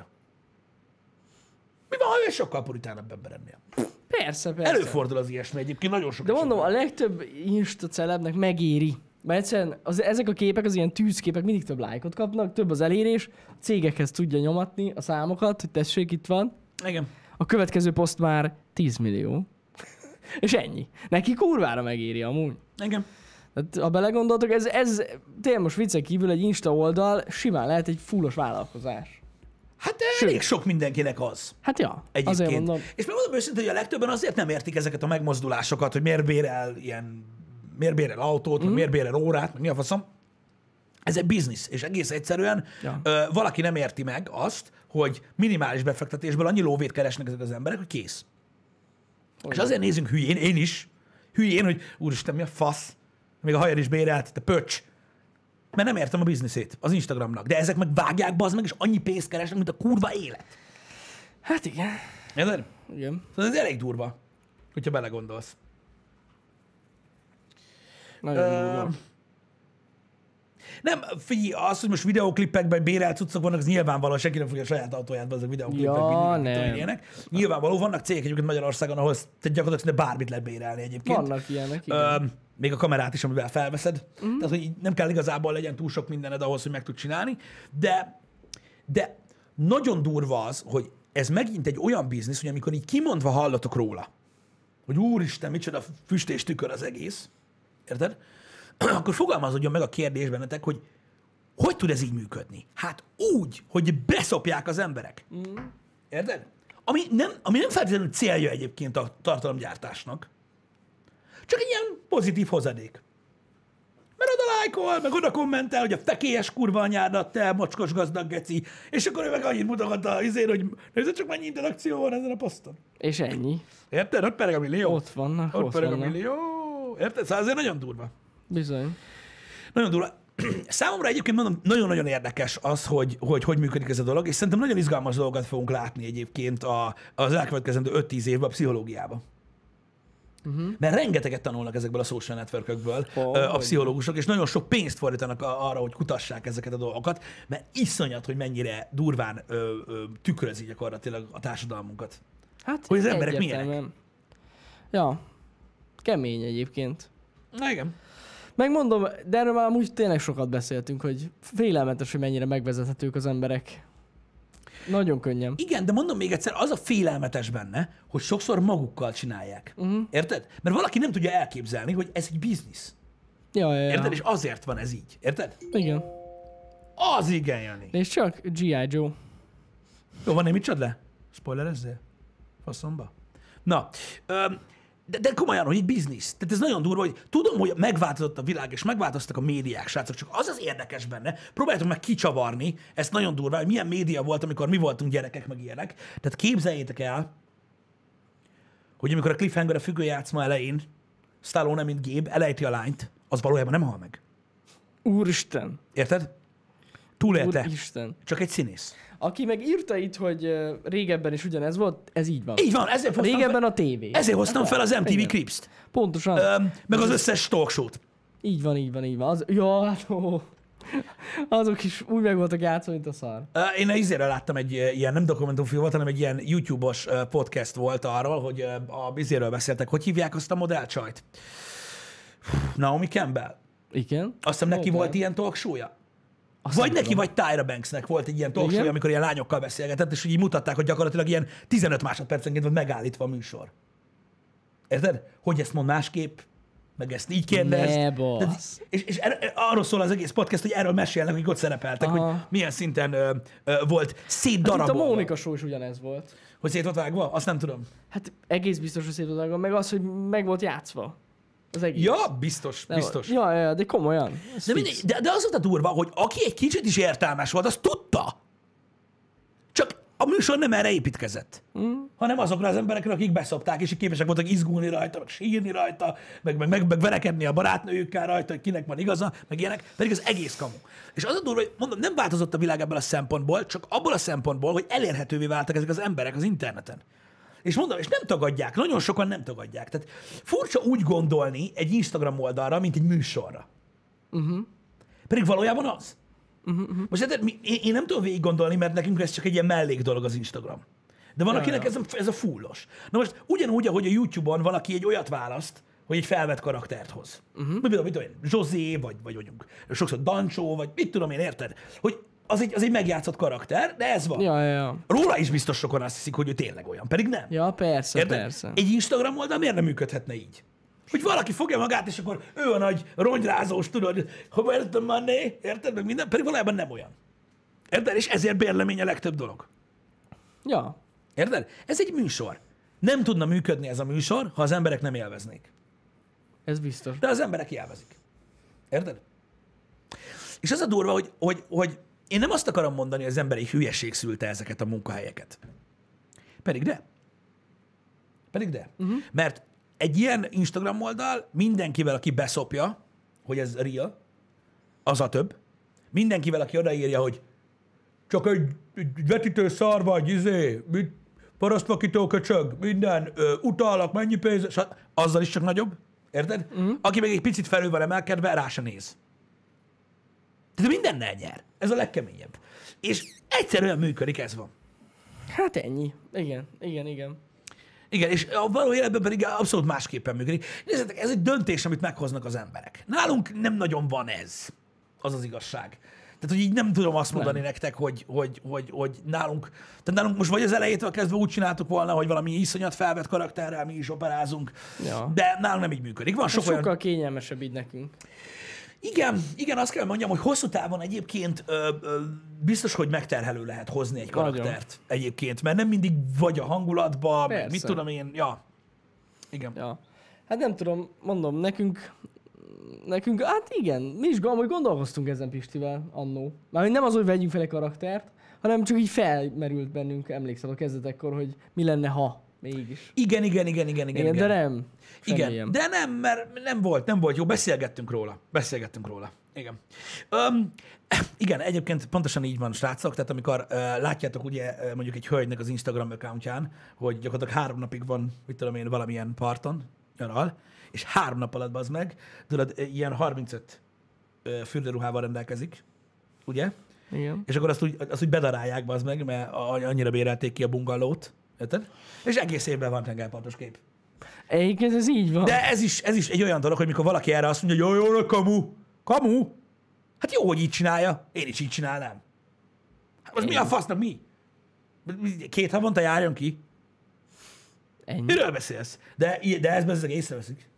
[SPEAKER 1] Mi van, ha ő sokkal puritánabb ember ennél?
[SPEAKER 2] Persze.
[SPEAKER 1] Előfordul az ilyesmi egyébként, nagyon sok
[SPEAKER 2] De mondom,
[SPEAKER 1] esetben.
[SPEAKER 2] a legtöbb Insta celebnek megéri. Mert egyszerűen ezek a képek, az ilyen tűzképek mindig több lájkot kapnak, több az elérés, a cégekhez tudja nyomatni a számokat, hogy tessék, itt van.
[SPEAKER 1] Igen.
[SPEAKER 2] A következő poszt már 10 millió. És ennyi. Neki kurvára megéri amúgy.
[SPEAKER 1] Igen.
[SPEAKER 2] Tehát, ha belegondoltok, ez tényleg most viccen kívül egy Insta oldal simán lehet egy fullos vállalkozás.
[SPEAKER 1] Hát elég sok mindenkinek az.
[SPEAKER 2] Hát ja, azért
[SPEAKER 1] Egyébként.
[SPEAKER 2] mondom.
[SPEAKER 1] És megmondom őszintén, hogy a legtöbben azért nem értik ezeket a megmozdulásokat, hogy miért bérel autót, meg miért bérel órát, meg mi a faszom. Ez egy biznisz, és egész egyszerűen
[SPEAKER 2] Ja.
[SPEAKER 1] valaki nem érti meg azt, hogy minimális befektetésből annyi lóvét keresnek ezek az emberek, hogy kész. És azért nézünk hülyén, hogy úristen, mi a fasz, még a hajar is bérelt, te pöcs. Mert nem értem a bizniszét az Instagramnak, de ezek meg vágják, bazd meg, és annyi pénzt keresnek, mint a kurva élet.
[SPEAKER 2] Hát igen.
[SPEAKER 1] Érted?
[SPEAKER 2] Igen.
[SPEAKER 1] Szóval ez elég durva, hogyha belegondolsz.
[SPEAKER 2] Nagyon durva.
[SPEAKER 1] Nem, figyelj, az, hogy most videóklipekben bérelt cuccok vannak, az nyilvánvaló, senki nem fogja a saját autóját, azok videóklipek,
[SPEAKER 2] Ja,
[SPEAKER 1] mindig,
[SPEAKER 2] nem.
[SPEAKER 1] ilyenek. Nyilvánvaló, vannak cégek egyébként Magyarországon, ahol gyakorlatilag szinte bármit lehet bérelni egyébként.
[SPEAKER 2] Vannak ilyenek, igen.
[SPEAKER 1] Még a kamerát is, amivel felveszed. Tehát, hogy így nem kell igazából legyen túl sok mindened ahhoz, hogy meg tud csinálni. De nagyon durva az, hogy ez megint egy olyan biznisz, hogy amikor így kimondva hallatok róla, hogy úristen, micsoda füst és tükör az egész, érted? Akkor fogalmazódjon meg a kérdés bennetek, hogy tud ez így működni? Hát úgy, hogy beszopják az emberek. Érted? Ami nem feltétlenül célja egyébként a tartalomgyártásnak, csak egy ilyen pozitív hozadék. Mert oda lájkol, meg oda kommentel, hogy a fekélyes kurva anyádat, te mocskos gazdag geci, és akkor ő meg annyit mutogatta hogy nézd csak mennyi interakció van ezen a poszton.
[SPEAKER 2] És ennyi.
[SPEAKER 1] Érted? Ott pereg a millió.
[SPEAKER 2] Ott vannak,
[SPEAKER 1] Ott
[SPEAKER 2] ott
[SPEAKER 1] pereg a
[SPEAKER 2] vannak.
[SPEAKER 1] millió. Érted? Szóval azért nagyon durva.
[SPEAKER 2] Bizony.
[SPEAKER 1] Nagyon durva. Számomra egyébként mondom, nagyon-nagyon érdekes az, hogy működik ez a dolog, és szerintem nagyon izgalmas dolgokat fogunk látni egyébként az elkövetkezendő 5-10 évben a pszichológiában. Mert rengeteget tanulnak ezekből a social networkökből a pszichológusok, és nagyon sok pénzt fordítanak arra, hogy kutassák ezeket a dolgokat, mert iszonyat, hogy mennyire durván tükrözi gyakorlatilag a társadalmunkat.
[SPEAKER 2] Hát
[SPEAKER 1] Hogy az emberek
[SPEAKER 2] egyértelműen.
[SPEAKER 1] milyenek.
[SPEAKER 2] Ja. Kemény egyébként.
[SPEAKER 1] Na igen.
[SPEAKER 2] Megmondom, de erről már amúgy tényleg sokat beszéltünk, hogy félelmetes, hogy mennyire megvezethetők az emberek. Nagyon könnyen.
[SPEAKER 1] Igen, de mondom még egyszer, az a félelmetes benne, hogy sokszor magukkal csinálják. Érted? Mert valaki nem tudja elképzelni, hogy ez egy biznisz.
[SPEAKER 2] Ja.
[SPEAKER 1] Érted? És azért van ez így. Érted?
[SPEAKER 2] Igen.
[SPEAKER 1] Az igen, Jani.
[SPEAKER 2] És csak G.I. Joe.
[SPEAKER 1] Jó, van, nem mit csad le? Spoilerezzél? Faszomba. Na, de komolyan, hogy egy biznisz. Tehát ez nagyon durva, hogy tudom, hogy megváltozott a világ, és megváltoztak a médiák, srácok, csak az érdekes benne, próbáljátok meg kicsavarni, ezt nagyon durva, hogy milyen média volt, amikor mi voltunk gyerekek, meg ilyenek. Tehát képzeljétek el, hogy amikor a Cliffhanger a függőjátszma elején Stallone, mint Gabe, elejti a lányt, az valójában nem hal meg.
[SPEAKER 2] Úristen.
[SPEAKER 1] Érted? Túlélte.
[SPEAKER 2] Úristen.
[SPEAKER 1] Csak egy színész.
[SPEAKER 2] Aki meg írta itt, hogy régebben is ugyanez volt, ez így van.
[SPEAKER 1] Így van, ezért hoztam
[SPEAKER 2] Régebben
[SPEAKER 1] fel,
[SPEAKER 2] a tévé.
[SPEAKER 1] ezért hoztam fel az MTV
[SPEAKER 2] Igen.
[SPEAKER 1] Cribs-t.
[SPEAKER 2] Pontosan.
[SPEAKER 1] Meg az összes talk show-t.
[SPEAKER 2] Így van. Hát, azok is úgy meg voltak játszva, mint a szar.
[SPEAKER 1] Én izére láttam egy ilyen, nem dokumentumfilm volt, hanem egy ilyen YouTube-os podcast volt arról, hogy a bizéről beszéltek. Hogy hívják azt a modellcsajt? Naomi Campbell.
[SPEAKER 2] Igen.
[SPEAKER 1] Azt hiszem neki
[SPEAKER 2] Volt
[SPEAKER 1] volt ilyen talk show-ja.
[SPEAKER 2] Azt
[SPEAKER 1] Vagy
[SPEAKER 2] nem
[SPEAKER 1] neki,
[SPEAKER 2] tudom.
[SPEAKER 1] vagy Tyra Banksnek volt egy ilyen talk
[SPEAKER 2] Igen?
[SPEAKER 1] show, amikor ilyen lányokkal beszélgetett, és így mutatták, hogy gyakorlatilag ilyen 15 másodpercenként volt megállítva a műsor. Érted? Hogy ezt mond másképp, meg ezt így kérdez.
[SPEAKER 2] Ne bassz.
[SPEAKER 1] És arról szól az egész podcast, hogy erről mesélnek, akik ott szerepeltek,
[SPEAKER 2] Aha.
[SPEAKER 1] hogy milyen szinten volt
[SPEAKER 2] Hát itt a
[SPEAKER 1] szétdarabolva.
[SPEAKER 2] Mónika show is ugyanez volt.
[SPEAKER 1] Hogy szét volt vágva? Azt nem tudom.
[SPEAKER 2] Hát egész biztos, hogy szét volt vágva, meg az, hogy meg volt játszva. Az egész.
[SPEAKER 1] Ja, biztos,
[SPEAKER 2] De-
[SPEAKER 1] biztos.
[SPEAKER 2] Ja, de komolyan. Ez
[SPEAKER 1] De,
[SPEAKER 2] fix.
[SPEAKER 1] de az volt a durva, hogy aki egy kicsit is értelmes volt, az tudta. Csak a műsor nem erre építkezett, hanem azokra az emberekre, akik beszopták, és képesek voltak izgulni rajta, meg sírni rajta, meg verekedni a barátnőjükkel rajta, hogy kinek van igaza, meg ilyenek, pedig az egész kamu. És az a durva, hogy mondom, nem változott a világ ebből a szempontból, csak abból a szempontból, hogy elérhetővé váltak ezek az emberek az interneten. És mondom, és nem tagadják, nagyon sokan nem tagadják. Tehát furcsa úgy gondolni egy Instagram oldalra, mint egy műsorra. Pedig valójában az. Most én nem tudom végig gondolni, mert nekünk ez csak egy ilyen mellék dolog az Instagram. De van, akinek ez a fullos. Na most ugyanúgy, ahogy a YouTube-on valaki egy olyat választ, hogy egy felvett karaktert hoz. Mit tudom én, Zsozé, vagy mondjuk sokszor Dancsó, vagy mit tudom én, érted? Hogy az egy megjátszott karakter, de ez van.
[SPEAKER 2] Ja.
[SPEAKER 1] Róla is biztos sokan azt hiszik, hogy ő tényleg olyan, pedig nem.
[SPEAKER 2] Ja, persze,
[SPEAKER 1] Érted?
[SPEAKER 2] persze.
[SPEAKER 1] Egy Instagram oldal miért nem működhetne így? Hogy valaki fogja magát, és akkor ő a nagy rongyrázós, tudod, hogy érted, money, érted, meg minden, pedig valójában nem olyan. Érted? És ezért bérlemény a legtöbb dolog.
[SPEAKER 2] Ja.
[SPEAKER 1] Érted? Ez egy műsor. Nem tudna működni ez a műsor, ha az emberek nem élveznék.
[SPEAKER 2] Ez biztos.
[SPEAKER 1] De az emberek élvezik. Érted? És az a durva, hogy én nem azt akarom mondani, hogy az emberi hülyeség szülte ezeket a munkahelyeket. Pedig de. Mert egy ilyen Instagram oldal mindenkivel, aki beszopja, hogy ez real, az a több. Mindenkivel, aki odaírja, hogy csak egy vetítő szar vagy, parasztvakító köcsög, minden, utalak, mennyi pénz, azzal is csak nagyobb. Érted? Aki meg egy picit felül van emelkedve, rá se néz. Tehát mindennel nyer. Ez a legkeményebb. És egyszerűen működik, ez van.
[SPEAKER 2] Hát ennyi. Igen.
[SPEAKER 1] Igen, és a való életben pedig abszolút másképpen működik. Nézzétek, ez egy döntés, amit meghoznak az emberek. Nálunk nem nagyon van ez. Az az igazság. Tehát, hogy így nem tudom azt mondani nektek, hogy nálunk, tehát nálunk most vagy az elejétől kezdve úgy csináltuk volna, hogy valami iszonyat felvett karakterrel mi is operázunk, de nálunk nem így működik. Van
[SPEAKER 2] sokkal kényelmesebb így nekünk.
[SPEAKER 1] Igen, azt kell mondjam, hogy hosszú távon egyébként biztos, hogy megterhelő lehet hozni egy karaktert egyébként, mert nem mindig vagy a hangulatba, meg mit tudom én, igen.
[SPEAKER 2] Ja. Hát nem tudom, mondom, nekünk, hát igen, mi is gondolkoztunk ezen Pistivel annó. Mármint nem az, hogy vegyünk fel egy karaktert, hanem csak így felmerült bennünk, emlékszem a kezdetekkor, hogy mi lenne, ha mégis.
[SPEAKER 1] Igen.
[SPEAKER 2] De nem.
[SPEAKER 1] Igen, de nem, mert nem volt jó, beszélgettünk róla. Igen. Igen, egyébként pontosan így van, srácok, tehát amikor látjátok ugye mondjuk egy hölgynek az Instagram accountján, hogy gyakorlatilag 3 napig van, mit tudom én, valamilyen parton, nyaral, és 3 nap alatt az meg, tudod, ilyen 35 fürdőruhával rendelkezik, ugye?
[SPEAKER 2] Igen.
[SPEAKER 1] És akkor azt úgy bedarálják, az meg, mert annyira bérelték ki a bungalót, érted? És egész évben van tengerpartos kép.
[SPEAKER 2] Egyébként ez így van.
[SPEAKER 1] De ez is egy olyan dolog, hogy mikor valaki erre azt mondja, hogy jó, kamu. Hát jó, hogy így csinálja, én is így csinálnám. Hát az mi a fasznak, mi? 2 havonta járjon ki?
[SPEAKER 2] Ennyi.
[SPEAKER 1] Miről beszélsz? De ezben ezek észreveszik.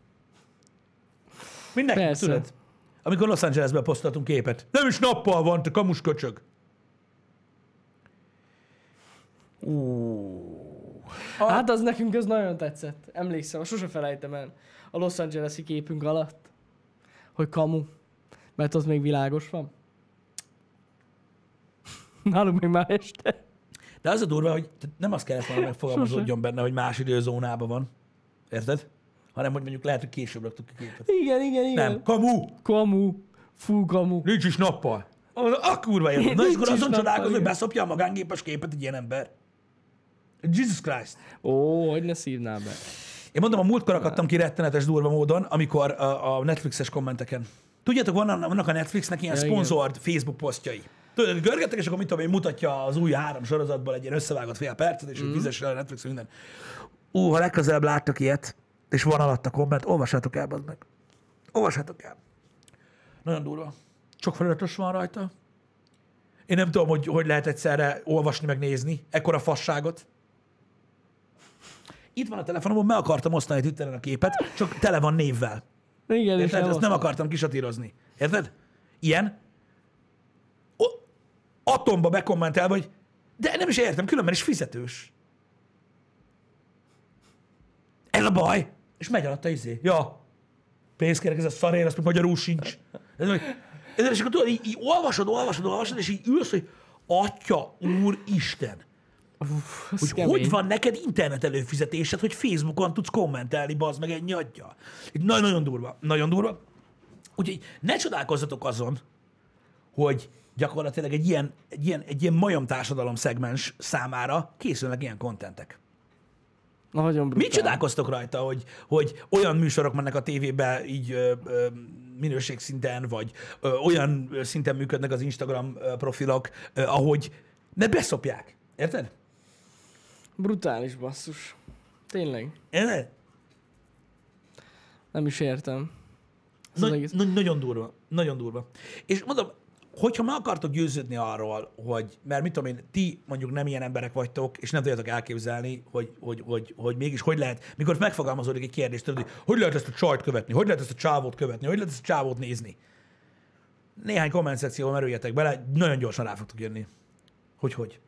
[SPEAKER 1] Mindenki, tudod? Amikor Los Angelesben posztoltunk képet. Nem is nappal van, te kamus köcsög.
[SPEAKER 2] Hát az nekünk az nagyon tetszett. Emlékszem, sose felejtem el a Los Angeles-i képünk alatt, hogy kamu, mert az még világos van. Nálunk még már este.
[SPEAKER 1] De az a durva, hogy nem azt kellett volna megfogalmazódjon benne, hogy más időzónában van. Érted? Hanem, hogy mondjuk lehet, hogy később raktuk ki képet.
[SPEAKER 2] Igen.
[SPEAKER 1] Nem, kamu.
[SPEAKER 2] Full kamu.
[SPEAKER 1] Nincs is nappal. A kurva érted. Na és akkor azon csodálkozol, hogy beszopja a magángépes képet egy ilyen ember. Jesus Christ.
[SPEAKER 2] Hogy ne szívnál be.
[SPEAKER 1] Én mondom, a múltkor akadtam ki rettenetes durva módon, amikor a Netflixes kommenteken. Tudjátok, vannak a Netflixnek ilyen szponzord Facebook posztjai. Tudod, görgettek, és akkor mit tudom én, mutatja az új 3 sorozatból egy ilyen összevágott fél percet, és hogy fizesse el a Netflix minden. Ha legközelebb láttak ilyet, és van alatt a komment, olvassátok el, bazd meg. Olvassátok el. Nagyon durva. Csak feliratos van rajta. Én nem tudom, hogy lehet egyszerre olvasni, meg nézni. Ekkora fasságot. Itt van a telefonomon, meg akartam osztani Twitteren a képet, csak tele van névvel.
[SPEAKER 2] Igen,
[SPEAKER 1] érted? Ezt nem akartam kisatírozni. Érted? Ilyen. Atomba bekommentelve, hogy de nem is értem, különben is fizetős. Ez a baj. És megy alatt a izé. Ja. Pénzt kérek, ez a szarér, azt még magyarul sincs. És akkor tudod, így olvasod, és így ülsz, hogy Atya, Úristen.
[SPEAKER 2] Ez
[SPEAKER 1] hogy hogy van neked internet előfizetésed, hogy Facebookon tudsz kommentelni, bazd meg ennyi adja. Itt nagyon durva, nagyon durva. Úgyhogy ne csodálkozzatok azon, hogy gyakorlatilag egy ilyen majom társadalom szegmens számára készülnek ilyen kontentek.
[SPEAKER 2] Nagyon brutál.
[SPEAKER 1] Mit csodálkoztok rajta, hogy olyan műsorok mennek a tévébe így minőségszinten, vagy olyan szinten működnek az Instagram profilok, ahogy ne beszopják. Érted?
[SPEAKER 2] Brutális basszus. Tényleg.
[SPEAKER 1] Érted?
[SPEAKER 2] Nem is értem. Ez az egész.
[SPEAKER 1] Nagyon durva. Nagyon durva. És mondom, hogyha meg akartok győződni arról, mert mit tudom én, ti mondjuk nem ilyen emberek vagytok, és nem tudjátok elképzelni, hogy mégis hogy lehet, mikor megfogalmazódik egy kérdés, tudod, hogy lehet ezt a csajt követni, hogy lehet ezt a csávót követni, hogy lehet ezt a csávót nézni. Néhány komment szekcióban merüljetek bele, nagyon gyorsan rá fogtok jönni. Hogy.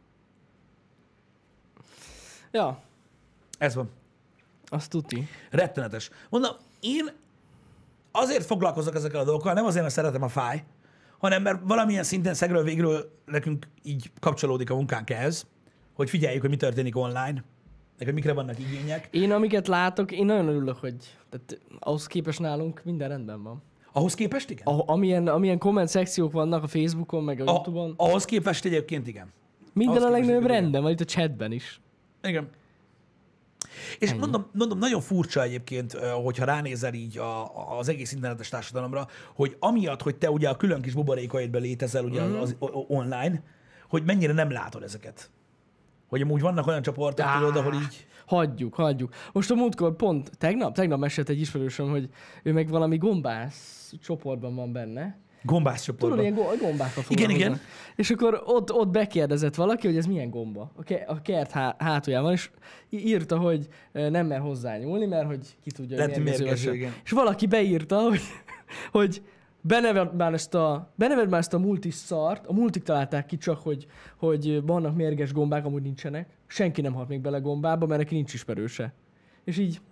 [SPEAKER 2] Ja,
[SPEAKER 1] Ez van.
[SPEAKER 2] azt tuti.
[SPEAKER 1] Rettenetes. Mondom, én azért foglalkozok ezekkel a dolgokkal, nem azért, mert szeretem a fáj, hanem mert valamilyen szinten szegről végről nekünk így kapcsolódik a munkánk ehhez, hogy figyeljük, hogy mi történik online, hogy mikre vannak igények.
[SPEAKER 2] Én amiket látok, én nagyon örülök, hogy tehát ahhoz képest nálunk minden rendben van.
[SPEAKER 1] Ahhoz képest igen?
[SPEAKER 2] Amilyen komment szekciók vannak a Facebookon, meg a YouTube-on,
[SPEAKER 1] Ahhoz képest egyébként igen.
[SPEAKER 2] minden
[SPEAKER 1] ahhoz
[SPEAKER 2] a
[SPEAKER 1] képest
[SPEAKER 2] legnagyobb
[SPEAKER 1] igen.
[SPEAKER 2] rendben van, itt a chatben is.
[SPEAKER 1] Igen. És mondom, nagyon furcsa egyébként, hogyha ránézel így az egész internetes társadalomra, hogy amiatt, hogy te ugye a külön kis buborékaidben létezel ugye az online, hogy mennyire nem látod ezeket. Hogy amúgy vannak olyan csoportok, tudod, ahol így...
[SPEAKER 2] Hagyjuk. Most a múltkor pont, tegnap mesélt egy ismerősöm, hogy ő meg valami gombász csoportban van benne.
[SPEAKER 1] Gombász csoportban.
[SPEAKER 2] Tudod, ilyen gombákkal
[SPEAKER 1] Igen,
[SPEAKER 2] foglalkoznak.
[SPEAKER 1] igen.
[SPEAKER 2] És akkor ott bekérdezett valaki, hogy ez milyen gomba. A kert hátulján és írta, hogy nem mer hozzányúlni, mert hogy ki tudja,
[SPEAKER 1] Lehet, hogy
[SPEAKER 2] mérgező
[SPEAKER 1] mérgező,
[SPEAKER 2] vagy
[SPEAKER 1] igen.
[SPEAKER 2] sem. És valaki beírta, hogy beneved már ezt a multis szart, a multik találták ki csak, hogy vannak mérges gombák, amúgy nincsenek. Senki nem halt még bele gombába, mert neki nincs ismerőse. És így...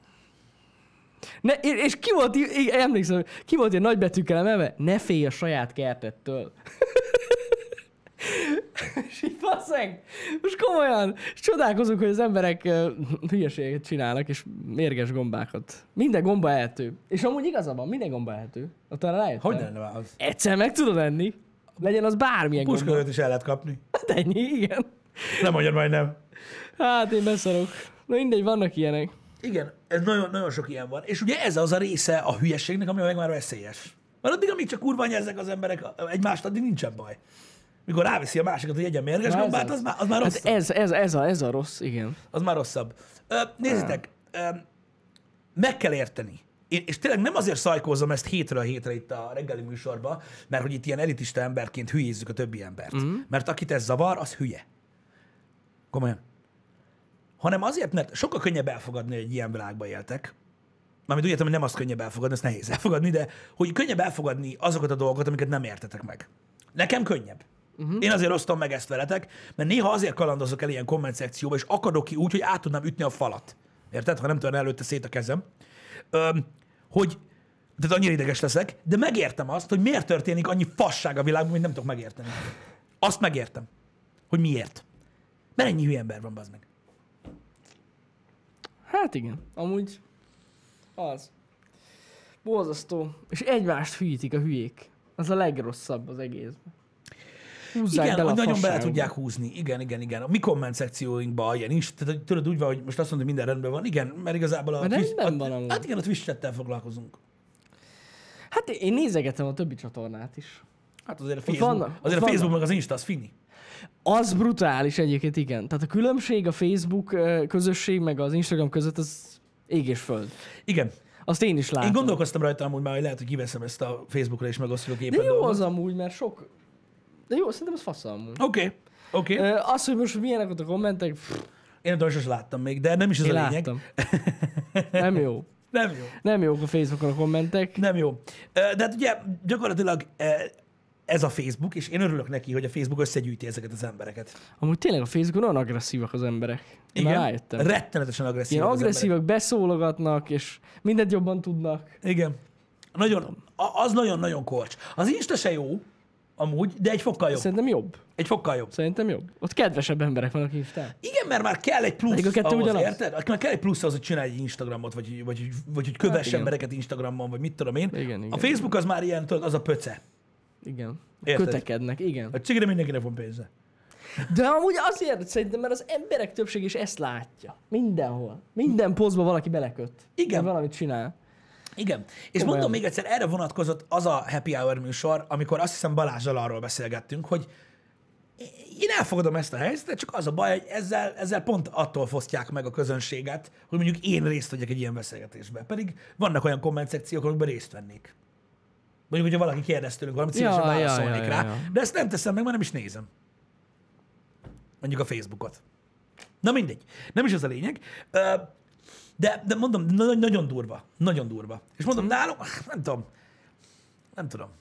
[SPEAKER 2] és ki volt, emlékszem, ki volt ilyen nagybetűkkel emelve? Ne félj a saját kertettől. És így faszeg. Most komolyan. És csodálkozunk, hogy az emberek hülyeséget csinálnak, és mérges gombákat. Minden gomba ehető. És amúgy igaza van, minden gomba ehető. Ott arra rájöttem.
[SPEAKER 1] Hogy lenne az?
[SPEAKER 2] Egyszer meg tudod enni. Legyen az bármilyen gomba.
[SPEAKER 1] Puskölőt is el lehet kapni.
[SPEAKER 2] Hát ennyi, igen.
[SPEAKER 1] Nem mondjad majd nem.
[SPEAKER 2] Hát én beszarok. Na mindegy, vannak ilyenek.
[SPEAKER 1] Igen, ez nagyon sok ilyen van. És ugye ez az a része a hülyességnek, ami meg már veszélyes. Mert addig, amíg csak kurva ezek az emberek egymást, addig nincsen baj. Mikor ráveszi a másikat, hogy egyen mérges gombát, az már rosszabb.
[SPEAKER 2] Hát ez a rossz, igen.
[SPEAKER 1] Az már rosszabb. Nézzétek, meg kell érteni. És tényleg nem azért szajkózom ezt hétről hétre itt a reggeli műsorban, mert hogy itt ilyen elitista emberként hülyézzük a többi embert. Mert akit ez zavar, az hülye. Komolyan. Hanem azért, mert sokkal könnyebb elfogadni, hogy egy ilyen világban éltek. Mármint úgy értem, hogy nem azt könnyebb elfogadni, ezt nehéz elfogadni, de hogy könnyebb elfogadni azokat a dolgokat, amiket nem értetek meg. Nekem könnyebb. Én azért osztom meg ezt veletek, mert néha azért kalandozok el ilyen komment szekcióba, és akadok ki úgy, hogy át tudnám ütni a falat. Érted? Ha nem törne előtte szét a kezem. Tehát annyira ideges leszek, de megértem azt, hogy miért történik annyi fasság a világban, hogy nem tudok megérteni. Azt megértem. Hogy miért. Mert ennyi hülye ember van, bazd meg.
[SPEAKER 2] Hát igen, amúgy az. Borzasztó. És egymást hülyítik a hülyék. Az a legrosszabb az egészben. Húzzák
[SPEAKER 1] Igen,
[SPEAKER 2] bele
[SPEAKER 1] hogy
[SPEAKER 2] a
[SPEAKER 1] nagyon bele
[SPEAKER 2] fasságba.
[SPEAKER 1] tudják húzni. Igen. A mi komment szekcióinkban ilyen is. Tehát tudod úgy van, hogy most azt mondod, hogy minden rendben van. Igen, mert igazából a...
[SPEAKER 2] Mert rendben van amúgy.
[SPEAKER 1] Hát igen, a Twitch chattel foglalkozunk.
[SPEAKER 2] Hát én nézegetem a többi csatornát is.
[SPEAKER 1] Hát azért a
[SPEAKER 2] Ott
[SPEAKER 1] Facebook,
[SPEAKER 2] vannak,
[SPEAKER 1] azért
[SPEAKER 2] ott
[SPEAKER 1] a Facebook
[SPEAKER 2] vannak.
[SPEAKER 1] meg az Insta, az fini.
[SPEAKER 2] Az brutális egyébként, igen. Tehát a különbség a Facebook közösség meg az Instagram között az ég és föld.
[SPEAKER 1] Igen.
[SPEAKER 2] Azt én is látom.
[SPEAKER 1] Én gondolkoztam rajta amúgy már, hogy lehet, hogy kiveszem ezt a Facebookra és megosztjuk a
[SPEAKER 2] De
[SPEAKER 1] képet.
[SPEAKER 2] jó az amúgy, mert sok... De jó, szerintem az fasz amúgy.
[SPEAKER 1] Oké.
[SPEAKER 2] Az, hogy most milyenek ott a kommentek,
[SPEAKER 1] Én tudom, sosem láttam még, de nem is az
[SPEAKER 2] én
[SPEAKER 1] a lényeg.
[SPEAKER 2] láttam. Nem jó.
[SPEAKER 1] Nem jó.
[SPEAKER 2] Nem jók a Facebookon a kommentek.
[SPEAKER 1] Nem jó. De hát ugye gyakorlatilag ez a Facebook, és én örülök neki, hogy a Facebook összegyűjti ezeket az embereket.
[SPEAKER 2] Amúgy tényleg a Facebookon olyan agresszívak az emberek. Én már rájöttem.
[SPEAKER 1] Rettenetesen agresszívak
[SPEAKER 2] Ilyen
[SPEAKER 1] az
[SPEAKER 2] agresszívak, beszólogatnak, és mindent jobban tudnak.
[SPEAKER 1] emberek. Igen. Az nagyon-nagyon korcs. Az Insta se jó, amúgy, de egy fokkal jobb.
[SPEAKER 2] Szerintem jobb.
[SPEAKER 1] Egy fokkal jobb.
[SPEAKER 2] Szerintem jobb. Ott kedvesebb emberek vannak Instán.
[SPEAKER 1] Igen, mert már kell egy plusz
[SPEAKER 2] Pedig a kettő
[SPEAKER 1] ahhoz,
[SPEAKER 2] ugyanaz.
[SPEAKER 1] érted? Már kell egy plusz ahhoz, hogy csinálj egy Instagramot, vagy hogy kövess
[SPEAKER 2] igen.
[SPEAKER 1] embereket Instagramon, vagy mit tudom én.
[SPEAKER 2] Igen, igen.
[SPEAKER 1] A Facebook az már ilyen, tudod, az a pöce.
[SPEAKER 2] Igen.
[SPEAKER 1] Érted?
[SPEAKER 2] Kötekednek, igen.
[SPEAKER 1] A csigire mindenkinek van pénze.
[SPEAKER 2] De amúgy azért szerintem, mert az emberek többség is ezt látja. Mindenhol. Minden posztba valaki beleköt.
[SPEAKER 1] Igen.
[SPEAKER 2] Vagy valamit csinál.
[SPEAKER 1] Igen. És
[SPEAKER 2] Komolyan.
[SPEAKER 1] mondom még egyszer, erre vonatkozott az a Happy Hour műsor, amikor azt hiszem Balázsral arról beszélgettünk, hogy én elfogadom ezt a helyzetet, csak az a baj, hogy ezzel pont attól fosztják meg a közönséget, hogy mondjuk én részt vegyek egy ilyen beszélgetésben. Pedig vannak olyan komment szekciók, amikben részt vennék. Mondjuk, hogyha valaki kérdez tőlünk valamit, szívesen válaszolnék rá.
[SPEAKER 2] ja.
[SPEAKER 1] De ezt nem teszem meg, mert nem is nézem. Mondjuk a Facebookot. Na mindegy. Nem is az a lényeg. De mondom, nagyon durva. Nagyon durva. És mondom, nálunk, nem tudom.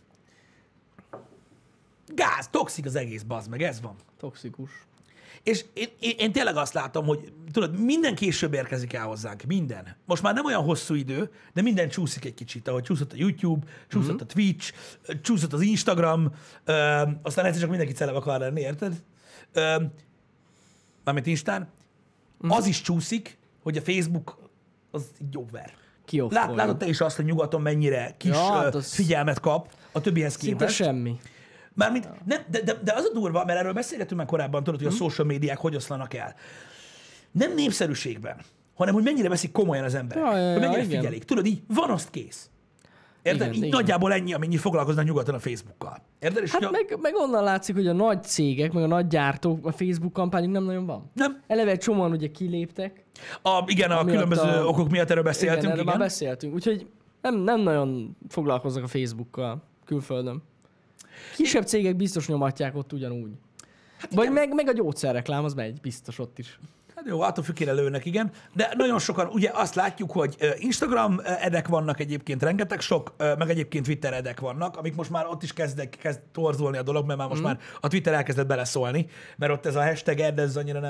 [SPEAKER 1] Gáz, toxik az egész, bazd meg, ez van.
[SPEAKER 2] Toxikus.
[SPEAKER 1] És én tényleg azt látom, hogy tudod, minden később érkezik el hozzánk, minden. Most már nem olyan hosszú idő, de minden csúszik egy kicsit, ahogy csúszott a YouTube, csúszott a Twitch, csúszott az Instagram, aztán egyszer csak mindenki celeb akar lenni, érted? Mármint Instán. Az is csúszik, hogy a Facebook az így jóver. Látod te is azt, hogy nyugaton mennyire kis figyelmet kap a többihez képest.
[SPEAKER 2] Szinte semmi.
[SPEAKER 1] Mármint, nem, de az a durva, mert erről beszélgetünk már korábban, tudod, hogy a social médiák hogy oszlanak el. Nem népszerűségben, hanem hogy mennyire veszik komolyan az emberek. Hogy mennyire figyelik. Tudod, így van azt kész. Érted? Így nagyjából ennyi, amennyi foglalkoznak nyugaton a Facebookkal. Érted? És
[SPEAKER 2] Hát meg onnan látszik, hogy a nagy cégek, meg a nagy gyártók, a Facebook kampányuk nem nagyon van.
[SPEAKER 1] Nem.
[SPEAKER 2] Eleve egy csomóan ugye kiléptek.
[SPEAKER 1] Igen, a különböző okok miatt erről beszéltünk.
[SPEAKER 2] Igen, erről már beszéltünk. Úgyhogy nem nagyon foglalkoznak a Facebookkal külföldön. Kisebb cégek biztos nyomatják ott ugyanúgy. Hát vagy meg a gyógyszerreklám, az megy biztos ott is.
[SPEAKER 1] Hát jó, attól függően lőnek, igen. De nagyon sokan, ugye azt látjuk, hogy Instagram edek vannak egyébként, rengeteg sok, meg egyébként Twitter edek vannak, amik most már ott is kezd torzulni a dolog, mert már most már a Twitter elkezdett beleszólni, mert ott ez a hashtag ed, ez annyira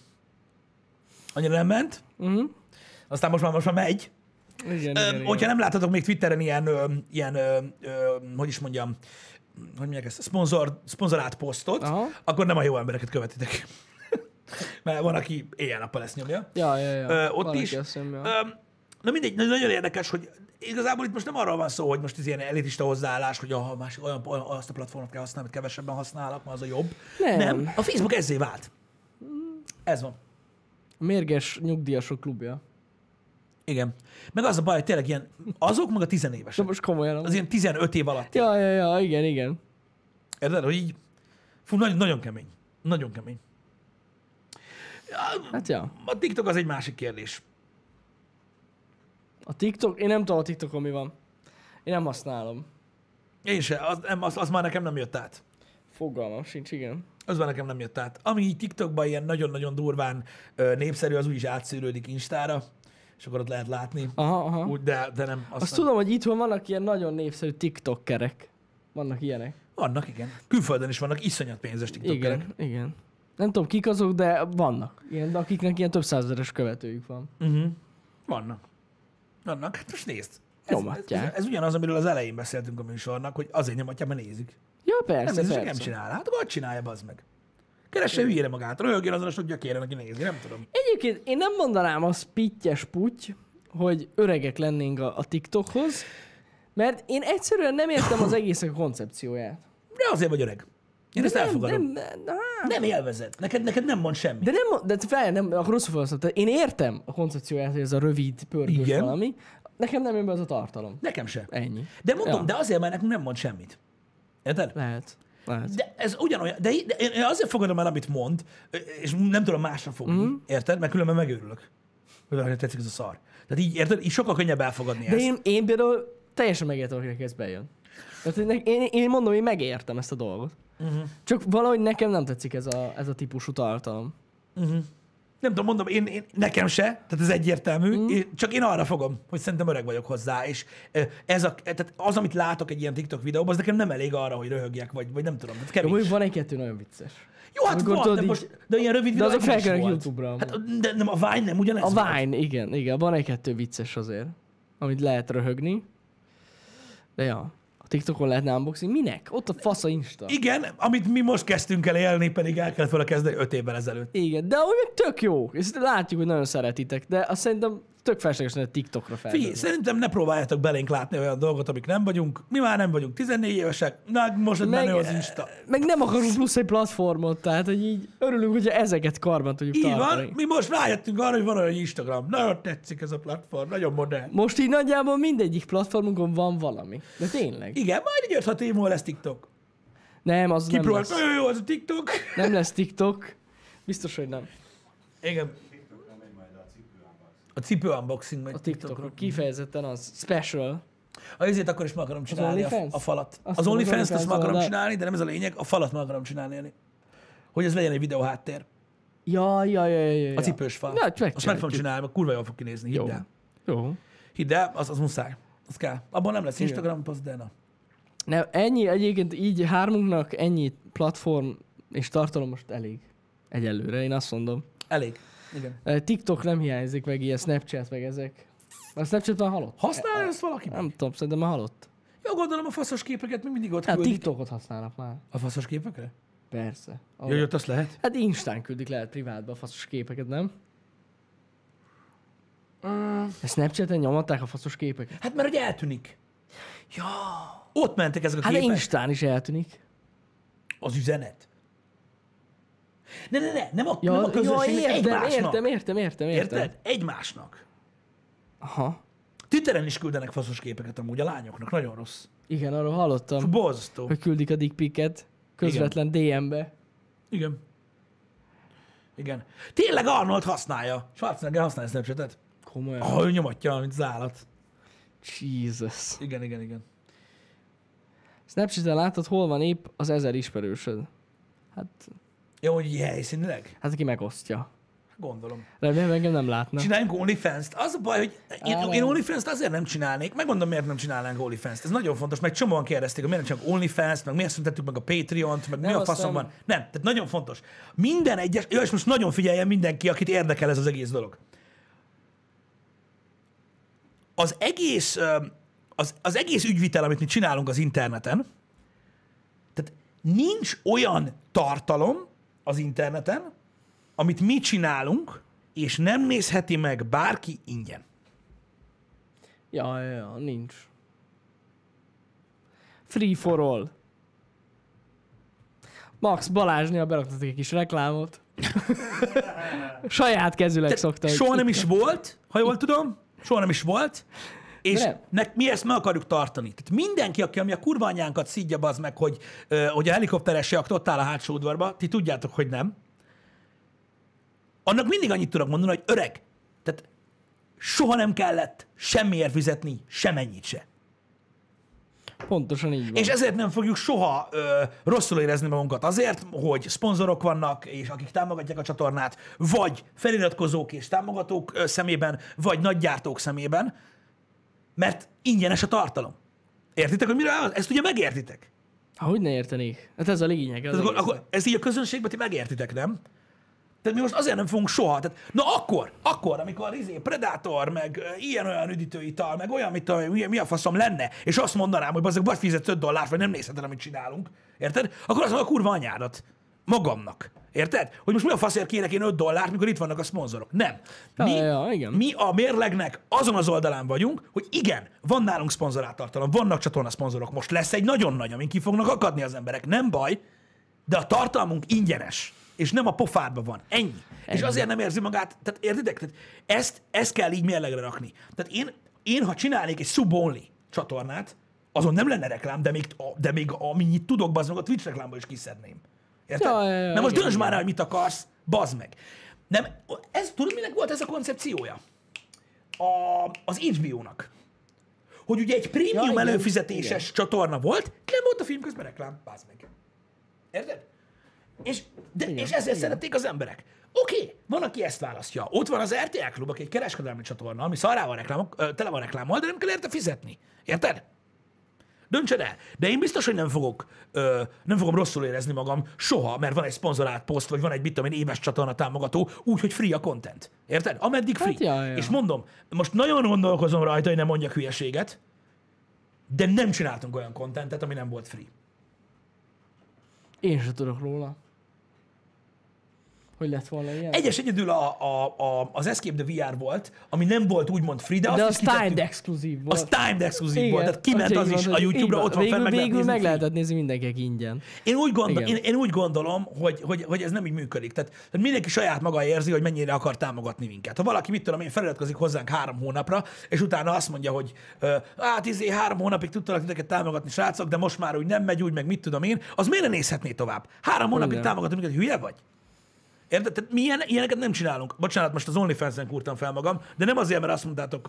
[SPEAKER 1] nem ment. Aztán most már megy.
[SPEAKER 2] Igen.
[SPEAKER 1] Hogyha nem láthatok még Twitteren ilyen hogy is mondjam, hogy mondják ezt, szponzorált posztot, akkor nem a jó embereket követitek. Mert van, aki éjjel-nappal ezt nyomja.
[SPEAKER 2] Ja.
[SPEAKER 1] Ott is. Na mindegy, nagyon érdekes, hogy igazából itt most nem arról van szó, hogy most ez ilyen elitista hozzáállás, hogy azt a platformot kell használni, amit kevesebben használnak, mert az a jobb. Nem. A Facebook ezzé vált. Ez van.
[SPEAKER 2] A mérges nyugdíjasok klubja.
[SPEAKER 1] Igen. Meg az a baj, hogy tényleg ilyen, azok meg a tizenévesek.
[SPEAKER 2] De most komolyan.
[SPEAKER 1] Az ilyen 15 év alatt.
[SPEAKER 2] Ja, igen.
[SPEAKER 1] Érted, hogy így, nagyon kemény. Nagyon kemény.
[SPEAKER 2] Hát ja.
[SPEAKER 1] A TikTok az egy másik kérdés.
[SPEAKER 2] A TikTok? Én nem tudom a TikTokon mi van. Én nem használom.
[SPEAKER 1] Én se, az már nekem nem jött át.
[SPEAKER 2] Fogalmam sincs, igen.
[SPEAKER 1] Az már nekem nem jött át. Ami így TikTokban ilyen nagyon-nagyon durván népszerű, az úgyis átszűrődik Instára, és akkor ott lehet látni.
[SPEAKER 2] Aha.
[SPEAKER 1] Úgy, de nem.
[SPEAKER 2] Azt tudom, hogy itthon vannak ilyen nagyon népszerű TikTokkerek. Vannak ilyenek.
[SPEAKER 1] Vannak, igen. Külföldön is vannak iszonyat pénzes TikTokkerek.
[SPEAKER 2] Igen. Nem tudom kik azok, de vannak. Ilyen, de akiknek ilyen több százezeres követőjük van.
[SPEAKER 1] Vannak. Hát most nézd.
[SPEAKER 2] Nyomatják.
[SPEAKER 1] Ez ugyanaz, amiről az elején beszéltünk a műsornak, hogy azért nyomatják, mert nézik.
[SPEAKER 2] Ja, persze.
[SPEAKER 1] Nem csinál. Hát akkor csinálja, bazd meg. Keresse hülyére magát, röhögjön azon a sok gyökére, aki nézni, nem tudom.
[SPEAKER 2] Egyébként én nem mondanám azt pittyes puty, hogy öregek lennénk a TikTokhoz, mert én egyszerűen nem értem az egésznek a koncepcióját.
[SPEAKER 1] De azért vagy öreg. Én ezt elfogadom. Nem élvezed. Neked nem mond semmi.
[SPEAKER 2] Akkor rosszul felhasználtam. Én értem a koncepcióját, hogy ez a rövid, pörgős valami. Nekem nem jön be az a tartalom.
[SPEAKER 1] Nekem sem.
[SPEAKER 2] Ennyi.
[SPEAKER 1] De mondom, de azért, mert nekünk nem mond semmit. Érted?
[SPEAKER 2] Lehet.
[SPEAKER 1] De ez ugyanolyan. De én azért fogadom el, amit mond, és nem tudom másra fogni. Érted? Mert különben megőrülök. Hogy valakinek tetszik ez a szar. Tehát így, érted? Így sokkal könnyebb elfogadni ezt.
[SPEAKER 2] De én például teljesen megértem, akinek ez bejön. Tehát én mondom, én megértem ezt a dolgot. Csak valahogy nekem nem tetszik ez a típusú tartalom.
[SPEAKER 1] Nem tudom, mondom, én nekem se, tehát ez egyértelmű, csak én arra fogom, hogy szerintem öreg vagyok hozzá, és tehát az, amit látok egy ilyen TikTok videóban, az nekem nem elég arra, hogy röhögjek, vagy nem tudom, tehát kevés.
[SPEAKER 2] Jó, van egy-kettő nagyon vicces.
[SPEAKER 1] Jó, hát van, de ilyen rövid videó.
[SPEAKER 2] De azok felkerülnek YouTube-ra.
[SPEAKER 1] Hát, de nem, a Vine nem ugyanez
[SPEAKER 2] A Vine, igen, van egy-kettő vicces azért, amit lehet röhögni. De ja. A TikTokon lehetne unboxing. Minek? Ott a fasz a Insta.
[SPEAKER 1] Igen, amit mi most kezdtünk el élni, pedig el kellett volna kezdeni 5 évvel ezelőtt.
[SPEAKER 2] Igen, de úgy meg tök jó. És látjuk, hogy nagyon szeretitek, de azt szerintem tök feleslegesen a TikTokra
[SPEAKER 1] Figyelj,
[SPEAKER 2] felvenni.
[SPEAKER 1] szerintem ne próbáljátok belénk látni olyan dolgot, amik nem vagyunk. Mi már nem vagyunk 14 évesek, na most meg, menő az Insta.
[SPEAKER 2] Meg nem akarunk plusz egy platformot, tehát hogy így örülünk, hogyha ezeket karban tudjuk
[SPEAKER 1] Így
[SPEAKER 2] tartani.
[SPEAKER 1] van, mi most rájöttünk arra, hogy van olyan Instagram. Nagyon tetszik ez a platform, nagyon modern.
[SPEAKER 2] Most így nagyjából mindegyik platformunkon van valami. De tényleg.
[SPEAKER 1] Igen, majd egy 5-6 év múlva lesz TikTok.
[SPEAKER 2] Nem, az nem
[SPEAKER 1] Kipróbáljuk,
[SPEAKER 2] lesz.
[SPEAKER 1] nagyon jó az a TikTok.
[SPEAKER 2] Nem lesz TikTok. Biztos, hogy nem.
[SPEAKER 1] Igen. A cipő unboxing megy
[SPEAKER 2] A TikTokról. Kifejezetten az. Special.
[SPEAKER 1] Azért akkor is meg akarom csinálni
[SPEAKER 2] OnlyFans?
[SPEAKER 1] a falat.
[SPEAKER 2] Azt
[SPEAKER 1] Az
[SPEAKER 2] mondom,
[SPEAKER 1] OnlyFans-t azt meg akarom
[SPEAKER 2] de-
[SPEAKER 1] csinálni, de nem ez a lényeg, a falat meg akarom csinálni. Hogy ez legyen egy videó háttér.
[SPEAKER 2] Ja.
[SPEAKER 1] A cipős fal.
[SPEAKER 2] Na,
[SPEAKER 1] Azt meg fogom
[SPEAKER 2] megcsináljuk.
[SPEAKER 1] csinálni, mert kurva jól fog kinézni, hidd
[SPEAKER 2] Jó.
[SPEAKER 1] el.
[SPEAKER 2] Jó.
[SPEAKER 1] Hidd el, az muszáj. Az kell. Abban nem lesz Instagram post, de na.
[SPEAKER 2] Nem, ennyi egyébként így hármunknak ennyi platform és tartalom most elég. Egyelőre, én azt mondom.
[SPEAKER 1] Elég. Igen.
[SPEAKER 2] TikTok nem hiányzik, meg ilyen Snapchat, meg ezek. A Snapchat már halott.
[SPEAKER 1] Használja ezt valaki?
[SPEAKER 2] Nem tudom, szerintem már halott.
[SPEAKER 1] Jó, gondolom a faszos képeket még mindig ott
[SPEAKER 2] Hát
[SPEAKER 1] küldik.
[SPEAKER 2] TikTokot használnak már.
[SPEAKER 1] A faszos képekre?
[SPEAKER 2] Persze.
[SPEAKER 1] Jó, ott azt lehet.
[SPEAKER 2] Hát Instán küldik lehet privátba a faszos képeket, nem? A Snapchaten nyomatták a faszos képeket?
[SPEAKER 1] Hát mert hogy eltűnik. Ja. Ott mentek ezek a
[SPEAKER 2] Hát de
[SPEAKER 1] képek.
[SPEAKER 2] Instán is eltűnik.
[SPEAKER 1] Az üzenet. Ne, nem a,
[SPEAKER 2] Ja,
[SPEAKER 1] nem a közönségnek, egymásnak.
[SPEAKER 2] értem.
[SPEAKER 1] Érted? Egymásnak.
[SPEAKER 2] Aha.
[SPEAKER 1] Twitteren is küldenek faszos képeket amúgy a lányoknak, nagyon rossz.
[SPEAKER 2] Igen, arról hallottam,
[SPEAKER 1] Borzasztó.
[SPEAKER 2] hogy küldik a dickpicket közvetlen DM-be.
[SPEAKER 1] Igen. Igen. Tényleg Arnold használja. Schwarzenegger használja Snapchatet.
[SPEAKER 2] Komolyan.
[SPEAKER 1] Ő nyomatja, mint az állat.
[SPEAKER 2] Jesus.
[SPEAKER 1] Igen.
[SPEAKER 2] Snapchaten látod, hol van épp az 1000 ismerősöd? Hát
[SPEAKER 1] Jó, hogy ilyen helyszínileg?
[SPEAKER 2] aki megosztja.
[SPEAKER 1] Gondolom.
[SPEAKER 2] Remélem engem nem látna.
[SPEAKER 1] Csináljunk OnlyFans-t. Az a baj, hogy
[SPEAKER 2] Á,
[SPEAKER 1] én OnlyFans-t azért nem csinálnék. Megmondom, miért nem csinálnánk OnlyFans-t. Ez nagyon fontos, mert csomóan kérdezték, hogy miért nem csinálunk OnlyFans-t, meg miért szüntettük meg a Patreon-t, meg mi
[SPEAKER 2] Nem,
[SPEAKER 1] a
[SPEAKER 2] azt
[SPEAKER 1] faszom
[SPEAKER 2] nem.
[SPEAKER 1] van. Nem, tehát nagyon fontos. Minden egyes, és most nagyon figyeljen mindenki, akit érdekel ez az egész dolog. Az egész, az egész ügyvitel, amit mi csinálunk az interneten, tehát nincs olyan tartalom az interneten, amit mi csinálunk, és nem nézheti meg bárki ingyen.
[SPEAKER 2] Ja, nincs. Free for all. Max Balázsnél beraktatok egy kis reklámot. Saját kezüleg szokta.
[SPEAKER 1] Soha nem is volt, ha jól tudom, soha nem is volt, és
[SPEAKER 2] nem.
[SPEAKER 1] mi ezt meg akarjuk tartani. Tehát mindenki, ami a kurva anyjánkat szidja, az meg, hogy a helikopteres jakt ott áll a hátsó udvarba, ti tudjátok, hogy nem. Annak mindig annyit tudok mondani, hogy öreg, tehát soha nem kellett semmiért fizetni, semennyit se.
[SPEAKER 2] Pontosan így van.
[SPEAKER 1] És ezért nem fogjuk soha rosszul érezni magunkat. Azért, hogy szponzorok vannak, és akik támogatják a csatornát, vagy feliratkozók és támogatók szemében, vagy nagygyártók szemében, mert ingyenes a tartalom. Értitek, hogy mire? Ezt ugye megértitek?
[SPEAKER 2] Hogy ne értenék? Hát ez a lényeg. Az
[SPEAKER 1] Tehát
[SPEAKER 2] egésznek.
[SPEAKER 1] akkor ezt így a közönségben ti megértitek, nem? Tehát mi most azért nem fogunk soha. Tehát, na akkor, amikor Predator, meg ilyen-olyan üdítőital, meg olyan, mi a faszom lenne, és azt mondanám, hogy bazdmeg vagy fizetsz $5, vagy nem nézheted, amit csinálunk, érted? Akkor azt mondom, a kurva anyádat. Magamnak. Érted? Hogy most mi a faszért kérek én $5, mikor itt vannak a szponzorok. Nem.
[SPEAKER 2] Igen.
[SPEAKER 1] Mi a mérlegnek azon az oldalán vagyunk, hogy igen, van nálunk szponzorált tartalom, vannak csatorna szponzorok. Most lesz egy nagyon nagy, amin ki fognak akadni az emberek. Nem baj, de a tartalmunk ingyenes. És nem a pofádban van. Ennyi. És azért nem érzi magát, tehát értitek? Tehát ezt kell így mérlegre rakni. Tehát én ha csinálnék egy sub-only csatornát, azon nem lenne reklám, de még amennyit tudok, bazd meg, a Twitch reklámból is kiszedném. Érted?
[SPEAKER 2] Ja,
[SPEAKER 1] Na most
[SPEAKER 2] igen,
[SPEAKER 1] döntsd már el, hogy mit akarsz, bazd meg. Nem, tudod, minek volt ez a koncepciója? Az HBO-nak. Hogy ugye egy prémium
[SPEAKER 2] igen,
[SPEAKER 1] előfizetéses csatorna volt, nem volt a film közben reklám, bazd meg. Érted? És ezért szerették az emberek. Oké, van, aki ezt választja. Ott van az RTL Klub, aki egy kereskedelmi csatorna, ami szarrá van reklámok, tele van reklámmal, de nem kell érte fizetni. Érted? Döntsed el. De én biztos, hogy nem fogom rosszul érezni magam soha, mert van egy szponzorált poszt, vagy van egy, mit tudom én, éves csatorna támogató, úgyhogy free a content. Érted? Ameddig free.
[SPEAKER 2] Hát, ja.
[SPEAKER 1] És mondom, most nagyon gondolkozom rajta, hogy nem mondjak hülyeséget, de nem csináltunk olyan contentet, ami nem volt free.
[SPEAKER 2] Én sem tudok róla. Hogy lett volna ilyen?
[SPEAKER 1] Egyes egyedül az Escape the VR volt, ami nem volt úgymond free, de
[SPEAKER 2] De
[SPEAKER 1] azt
[SPEAKER 2] az
[SPEAKER 1] is
[SPEAKER 2] timed
[SPEAKER 1] kitettük.
[SPEAKER 2] exkluzív volt.
[SPEAKER 1] Az timed exkluzív
[SPEAKER 2] Igen,
[SPEAKER 1] volt, tehát kiment
[SPEAKER 2] így
[SPEAKER 1] az
[SPEAKER 2] van,
[SPEAKER 1] is
[SPEAKER 2] hogy
[SPEAKER 1] a
[SPEAKER 2] így
[SPEAKER 1] YouTube-ra,
[SPEAKER 2] van.
[SPEAKER 1] ott van fenn, meg lehet
[SPEAKER 2] Végül
[SPEAKER 1] nézni
[SPEAKER 2] meg
[SPEAKER 1] free.
[SPEAKER 2] lehetett nézni mindenkinek ingyen.
[SPEAKER 1] Én úgy gondolom, hogy ez nem így működik. Tehát mindenki saját maga érzi, hogy mennyire akar támogatni minket. Ha valaki, mit tudom én, feliratkozik hozzánk 3 hónapra, és utána azt mondja, hogy hát 3 hónapig tudtalak titeket támogatni, srácok, de most már úgy nem megy úgy, meg mit tudom én, az miért ne nézhetné tovább? 3 hónapig
[SPEAKER 2] Igen.
[SPEAKER 1] támogatom minket, hülye vagy? Érted? Tehát mi ilyeneket nem csinálunk. Bocsánat, most az OnlyFans-en kúrtam fel magam, de nem azért, mert azt mondtátok,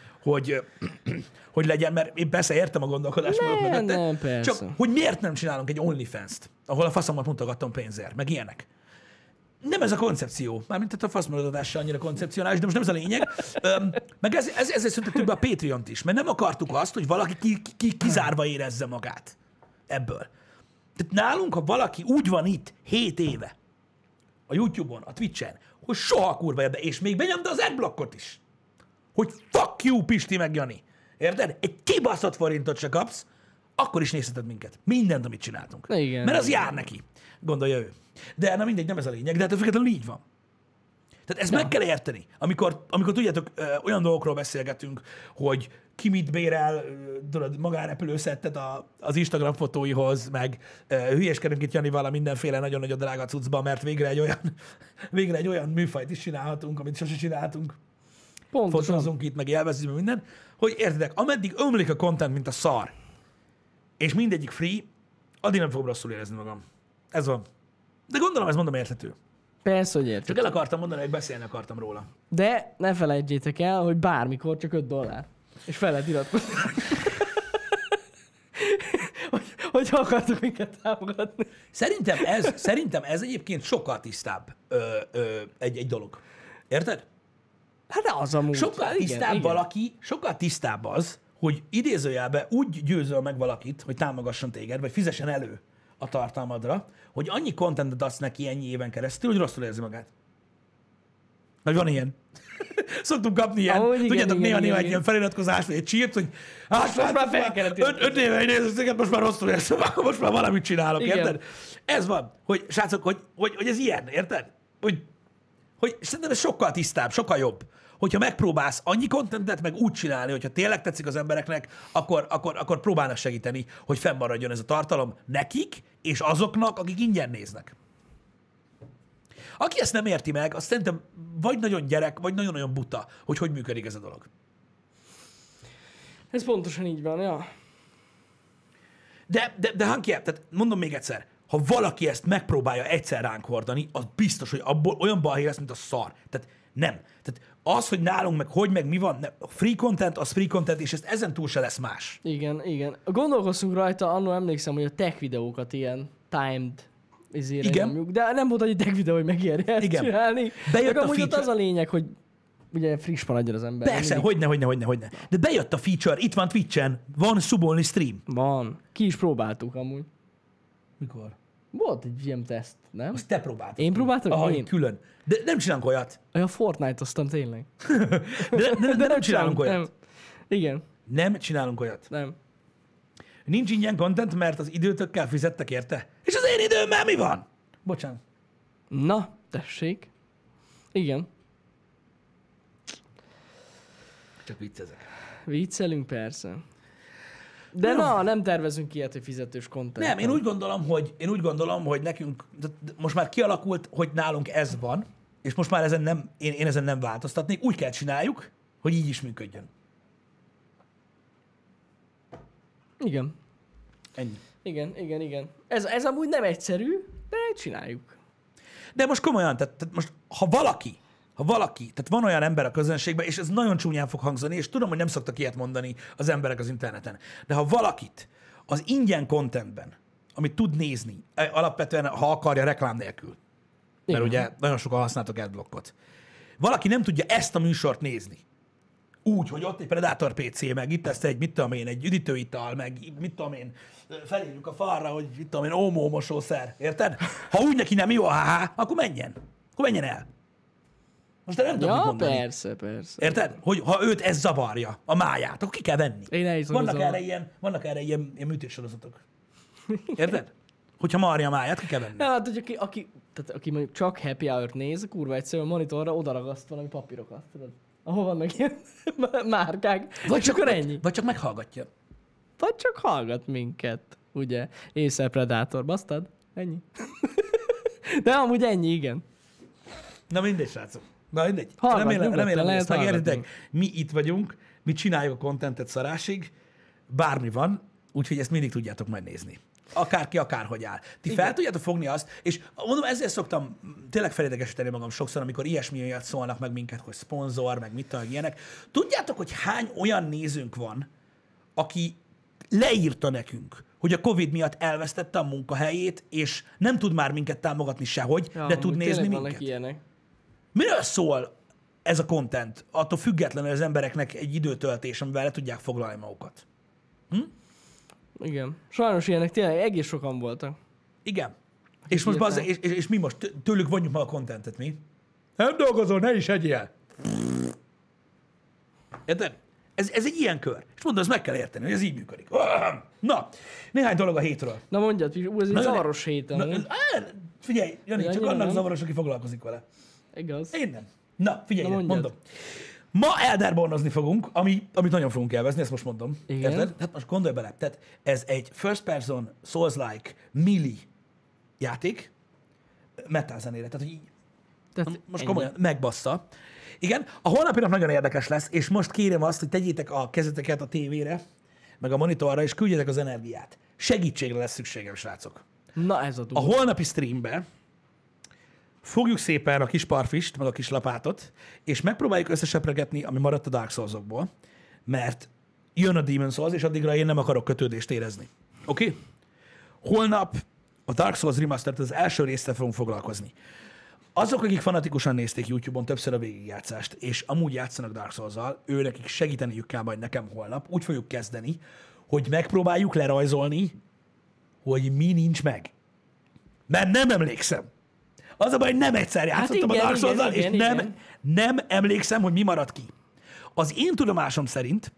[SPEAKER 1] hogy legyen, mert én persze értem a gondolkodásmódot mögötte.
[SPEAKER 2] Nem, persze.
[SPEAKER 1] Csak hogy miért nem csinálunk egy OnlyFans-t, ahol a faszomat mutogatom pénzért, meg ilyenek. Nem ez a koncepció. Mármint tehát a faszmaradatás se annyira koncepcionális, de most nem ez a lényeg. Meg ezért szüntettük be a Patreont is, mert nem akartuk azt, hogy valaki kizárva érezze magát ebből. Tehát nálunk, ha valaki úgy van itt 7 éve, a YouTube-on, a Twitch-en, hogy soha kurva érde, és még benyomta az adblockot is. Hogy fuck you, Pisti meg Jani. Érted? Egy kibaszott forintot se kapsz, akkor is nézheted minket. Mindent, amit csináltunk.
[SPEAKER 2] Igen.
[SPEAKER 1] Mert az jár neki, gondolja ő. De na mindegy, nem ez a lényeg, de hát függetlenül így van. Tehát ezt meg kell érteni. Amikor tudjátok, olyan dolgokról beszélgetünk, hogy ki mit bérel, tudod, magánrepülőszettet az Instagram fotóihoz, meg hülyeskedünk itt Janival mindenféle nagyon-nagyon drága cuccba, mert végre egy olyan műfajt is csinálhatunk, amit sose csináltunk.
[SPEAKER 2] Pontosan.
[SPEAKER 1] Fotózunk itt, meg élvezzük minden, hogy értitek, ameddig ömlik a content, mint a szar, és mindegyik free, addig nem fogom rosszul érezni magam. Ez van. De gondolom, ez mondom érthető.
[SPEAKER 2] Persze, hogy érted.
[SPEAKER 1] Csak el akartam mondani, hogy beszélni akartam róla.
[SPEAKER 2] De ne felejtjétek el, hogy bármikor csak $5. És fel lehet iratkozni. Hogyha akartok minket támogatni.
[SPEAKER 1] Szerintem ez egyébként sokkal tisztább egy dolog. Érted?
[SPEAKER 2] Hát de az amúgy.
[SPEAKER 1] Sokkal tisztább valaki, sokkal tisztább az, hogy idézőjelben úgy győzöl meg valakit, hogy támogasson téged, vagy fizessen elő a tartalmadra, hogy annyi contentet adsz neki ennyi éven keresztül, hogy rosszul érzi magát. Vagy van ilyen. Szoktunk kapni ilyen.
[SPEAKER 2] Ahogy igen,
[SPEAKER 1] Tudjátok,
[SPEAKER 2] igen,
[SPEAKER 1] néha
[SPEAKER 2] igen.
[SPEAKER 1] egy ilyen feliratkozás, vagy egy csírt, hogy hát
[SPEAKER 2] most már fel kellett
[SPEAKER 1] 5 éve nézőszöget, most már rosszul érzem, most már valamit csinálok,
[SPEAKER 2] Igen.
[SPEAKER 1] érted? Ez van, hogy srácok, hogy ez ilyen, érted? Hogy szerintem ez sokkal tisztább, sokkal jobb. Hogyha megpróbálsz annyi kontentet meg úgy csinálni, hogyha tényleg tetszik az embereknek, akkor próbálnak segíteni, hogy fennmaradjon ez a tartalom nekik, és azoknak, akik ingyen néznek. Aki ezt nem érti meg, azt szerintem vagy nagyon gyerek, vagy nagyon-nagyon buta, hogy működik ez a dolog.
[SPEAKER 2] Ez pontosan így van, ja.
[SPEAKER 1] De Hanky, tehát mondom még egyszer, ha valaki ezt megpróbálja egyszer ránk hordani, az biztos, hogy abból olyan balhé lesz, mint a szar. Tehát nem. Tehát az, hogy nálunk meg mi van, a free content, az free content, és ezen túl se lesz más.
[SPEAKER 2] Igen, igen. Gondolkoztunk rajta, annól emlékszem, hogy a tech videókat ilyen timed
[SPEAKER 1] Igen.
[SPEAKER 2] nyomjuk, de nem volt annyi tech videó, hogy megérje ezt
[SPEAKER 1] Igen.
[SPEAKER 2] csinálni.
[SPEAKER 1] Bejött
[SPEAKER 2] Meg
[SPEAKER 1] a
[SPEAKER 2] amúgy ott
[SPEAKER 1] feature.
[SPEAKER 2] az a lényeg, hogy ugye friss maradjon az ember.
[SPEAKER 1] Persze,
[SPEAKER 2] Mindig
[SPEAKER 1] hogyne. De bejött a feature, itt van Twitch-en, van subolni stream.
[SPEAKER 2] van. Ki is próbáltuk amúgy.
[SPEAKER 1] Mikor?
[SPEAKER 2] Volt egy ilyen teszt, nem?
[SPEAKER 1] Azt te próbáltad.
[SPEAKER 2] Én próbáltam?
[SPEAKER 1] Aha,
[SPEAKER 2] Én.
[SPEAKER 1] külön. De nem csinálunk olyat.
[SPEAKER 2] Olyan Fortnite-oztam tényleg.
[SPEAKER 1] De nem csinálunk olyat.
[SPEAKER 2] Nem. Igen,
[SPEAKER 1] Nem csinálunk olyat.
[SPEAKER 2] nem.
[SPEAKER 1] Nincs ingyen content, mert az időtökkel fizettek érte. És az én időmmel mi van? Bocsánat.
[SPEAKER 2] Na, tessék. Igen.
[SPEAKER 1] Csak viccezek.
[SPEAKER 2] Viccelünk persze. De nem tervezünk ilyet, hogy fizetős content.
[SPEAKER 1] Nem, én úgy gondolom, hogy nekünk most már kialakult, hogy nálunk ez van, és most már én ezen nem változtatnék. Úgy kell csináljuk, hogy így is működjön. Ennyi.
[SPEAKER 2] Igen. Ez amúgy nem egyszerű, de csináljuk.
[SPEAKER 1] De most komolyan, tehát most ha valaki, tehát van olyan ember a közönségben, és ez nagyon csúnyán fog hangzani, és tudom, hogy nem szoktak ilyet mondani az emberek az interneten, de ha valakit az ingyen contentben, amit tud nézni, alapvetően, ha akarja, reklám nélkül, mert
[SPEAKER 2] Igen.
[SPEAKER 1] ugye nagyon sokan használtok adblockot, valaki nem tudja ezt a műsort nézni, úgy, hogy ott egy Predator PC, meg itt lesz egy, mit tudom én, egy üdítőital, meg mit tudom én, felírjuk a falra, hogy mit tudom én, ómó mosószer, érted? Ha úgy neki nem jó, akkor menjen el. Most nem tudom, mit
[SPEAKER 2] Ja,
[SPEAKER 1] mondani.
[SPEAKER 2] persze.
[SPEAKER 1] Érted? Hogy ha őt ez zavarja, a máját, akkor ki kell venni.
[SPEAKER 2] Én elhiszem,
[SPEAKER 1] Vannak erre ilyen műtéssorozatok. Érted? Hogyha marja a máját, ki kell venni.
[SPEAKER 2] Ja, hát, hogy aki mondjuk csak happy hour-t néz, kurva egyszerűen a monitorra odaragaszt valami papírokat, tudod? Ahol vannak ilyen márkák.
[SPEAKER 1] Vagy csak meghallgatja.
[SPEAKER 2] Vagy csak hallgat minket, ugye? Észre Predator, basztad? Ennyi. De amúgy ennyi, igen.
[SPEAKER 1] Na mindegy, srácok. Na mindegy.
[SPEAKER 2] Hallgat,
[SPEAKER 1] Remélem, hogy ezt
[SPEAKER 2] lehet
[SPEAKER 1] megértitek. Mi itt vagyunk, mi csináljuk a kontentet szarásig, bármi van, úgyhogy ezt mindig tudjátok majd nézni. Akárki, akárhogy áll. Ti fel tudjátok fogni azt, és mondom, ezért szoktam tényleg felidegesíteni magam sokszor, amikor ilyesmi miatt szólnak meg minket, hogy szponzor, meg mit tudom, ilyenek. Tudjátok, hogy hány olyan nézőnk van, aki leírta nekünk, hogy a Covid miatt elvesztette a munkahelyét, és nem tud már minket támogatni sehogy,
[SPEAKER 2] Ja,
[SPEAKER 1] de tud nézni minket.
[SPEAKER 2] Ilyenek.
[SPEAKER 1] Miről szól ez a content? Attól függetlenül az embereknek egy időtöltés, amivel le tudják foglalni magukat.
[SPEAKER 2] Igen. Sajnos ilyenek tényleg egész sokan voltak.
[SPEAKER 1] Igen. És most és mi most tőlük vonjuk meg a contentet, mi? Nem dolgozol, ne is egyél. Érted? Ez egy ilyen kör. És mondom, ezt meg kell érteni, hogy ez így működik. Na, néhány dolog a hétről.
[SPEAKER 2] Na mondjad, ez egy zavaros hét.
[SPEAKER 1] Figyelj, Jani,
[SPEAKER 2] Ja,
[SPEAKER 1] csak
[SPEAKER 2] nyilván.
[SPEAKER 1] annak zavaros, aki foglalkozik vele.
[SPEAKER 2] Igaz.
[SPEAKER 1] Én nem. Na, figyelj,
[SPEAKER 2] Na,
[SPEAKER 1] mondom. Ma Elderbornozni fogunk, amit nagyon fogunk élvezni, ezt most mondom.
[SPEAKER 2] Igen.
[SPEAKER 1] Érted? Hát most gondolj bele, tehát ez egy first person, Souls-like, melee játék, metal zenére, tehát hogy így,
[SPEAKER 2] Tehát
[SPEAKER 1] most
[SPEAKER 2] ennyi.
[SPEAKER 1] komolyan megbassza. Igen, a holnapi nap nagyon érdekes lesz, és most kérem azt, hogy tegyétek a kezeteket a tévére, meg a monitorra, és küldjetek az energiát. Segítségre lesz szükségem, srácok.
[SPEAKER 2] Na ez a
[SPEAKER 1] A
[SPEAKER 2] durva.
[SPEAKER 1] holnapi streambe fogjuk szépen a kis parfist, meg a kis lapátot, és megpróbáljuk összesepregetni, ami maradt a Dark Souls-okból, mert jön a Demon's Souls, és addigra én nem akarok kötődést érezni. Oké? Okay? Holnap a Dark Souls Remastered az első résztel fogunk foglalkozni. Azok, akik fanatikusan nézték YouTube-on többször a végigjátszást, és amúgy játszanak Dark Souls-zal, nekik segíteniük kell majd nekem holnap. Úgy fogjuk kezdeni, hogy megpróbáljuk lerajzolni, hogy mi nincs meg. Mert nem emlékszem. Az a baj, hogy nem egyszer játszottam
[SPEAKER 2] igen,
[SPEAKER 1] a Dark Souls-zal, és
[SPEAKER 2] igen.
[SPEAKER 1] nem emlékszem, hogy mi maradt ki. Az én tudomásom szerint,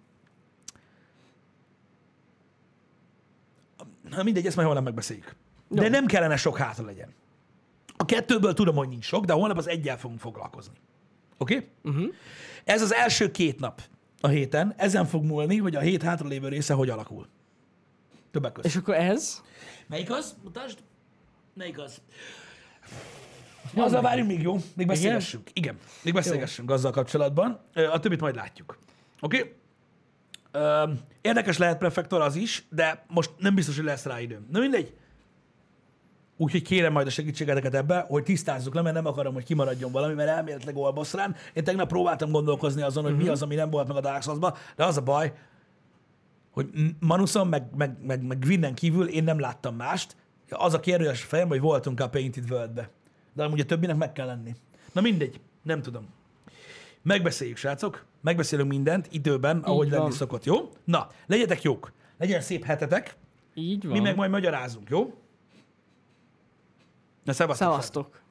[SPEAKER 1] na mindegy, ezt majd holnap megbeszéljük. De nem kellene sok hátra legyen. A kettőből tudom, hogy nincs sok, de holnap az egyel fogunk foglalkozni. Oké? Okay? Ez az első 2 nap a héten. Ezen fog múlni, hogy a hét hátralévő része hogy alakul. Többek között.
[SPEAKER 2] És akkor ez?
[SPEAKER 1] Melyik az? Mutasd. Melyik az? Azzal várjunk még, jó? Még beszélgessünk. Igen. Még beszélgessünk azzal kapcsolatban. A többit majd látjuk. Oké? Érdekes lehet Prefektor az is, de most nem biztos, hogy lesz rá időm. Na mindegy. Úgyhogy kérem majd a segítségeteket ebbe, hogy tisztázzuk le, mert nem akarom, hogy kimaradjon valami, mert elméletileg olboszrán. Én tegnap próbáltam gondolkozni azon, hogy mi az, ami nem volt meg a Dark Souls-ba, de az a baj, hogy Manuson, meg Gwinnen kívül én nem láttam mást. Az a kérdés fejem, hogy voltunk a Painted World-be. De amúgy a többinek meg kell lenni. Na mindegy, nem tudom. Megbeszéljük, srácok. Megbeszélünk mindent időben, ahogy lenni szokott, jó? Na, legyetek jók. Legyen szép hetetek.
[SPEAKER 2] Így van.
[SPEAKER 1] Mi meg majd magyarázunk, jó? Na, szevasztok.
[SPEAKER 2] Szevasztok.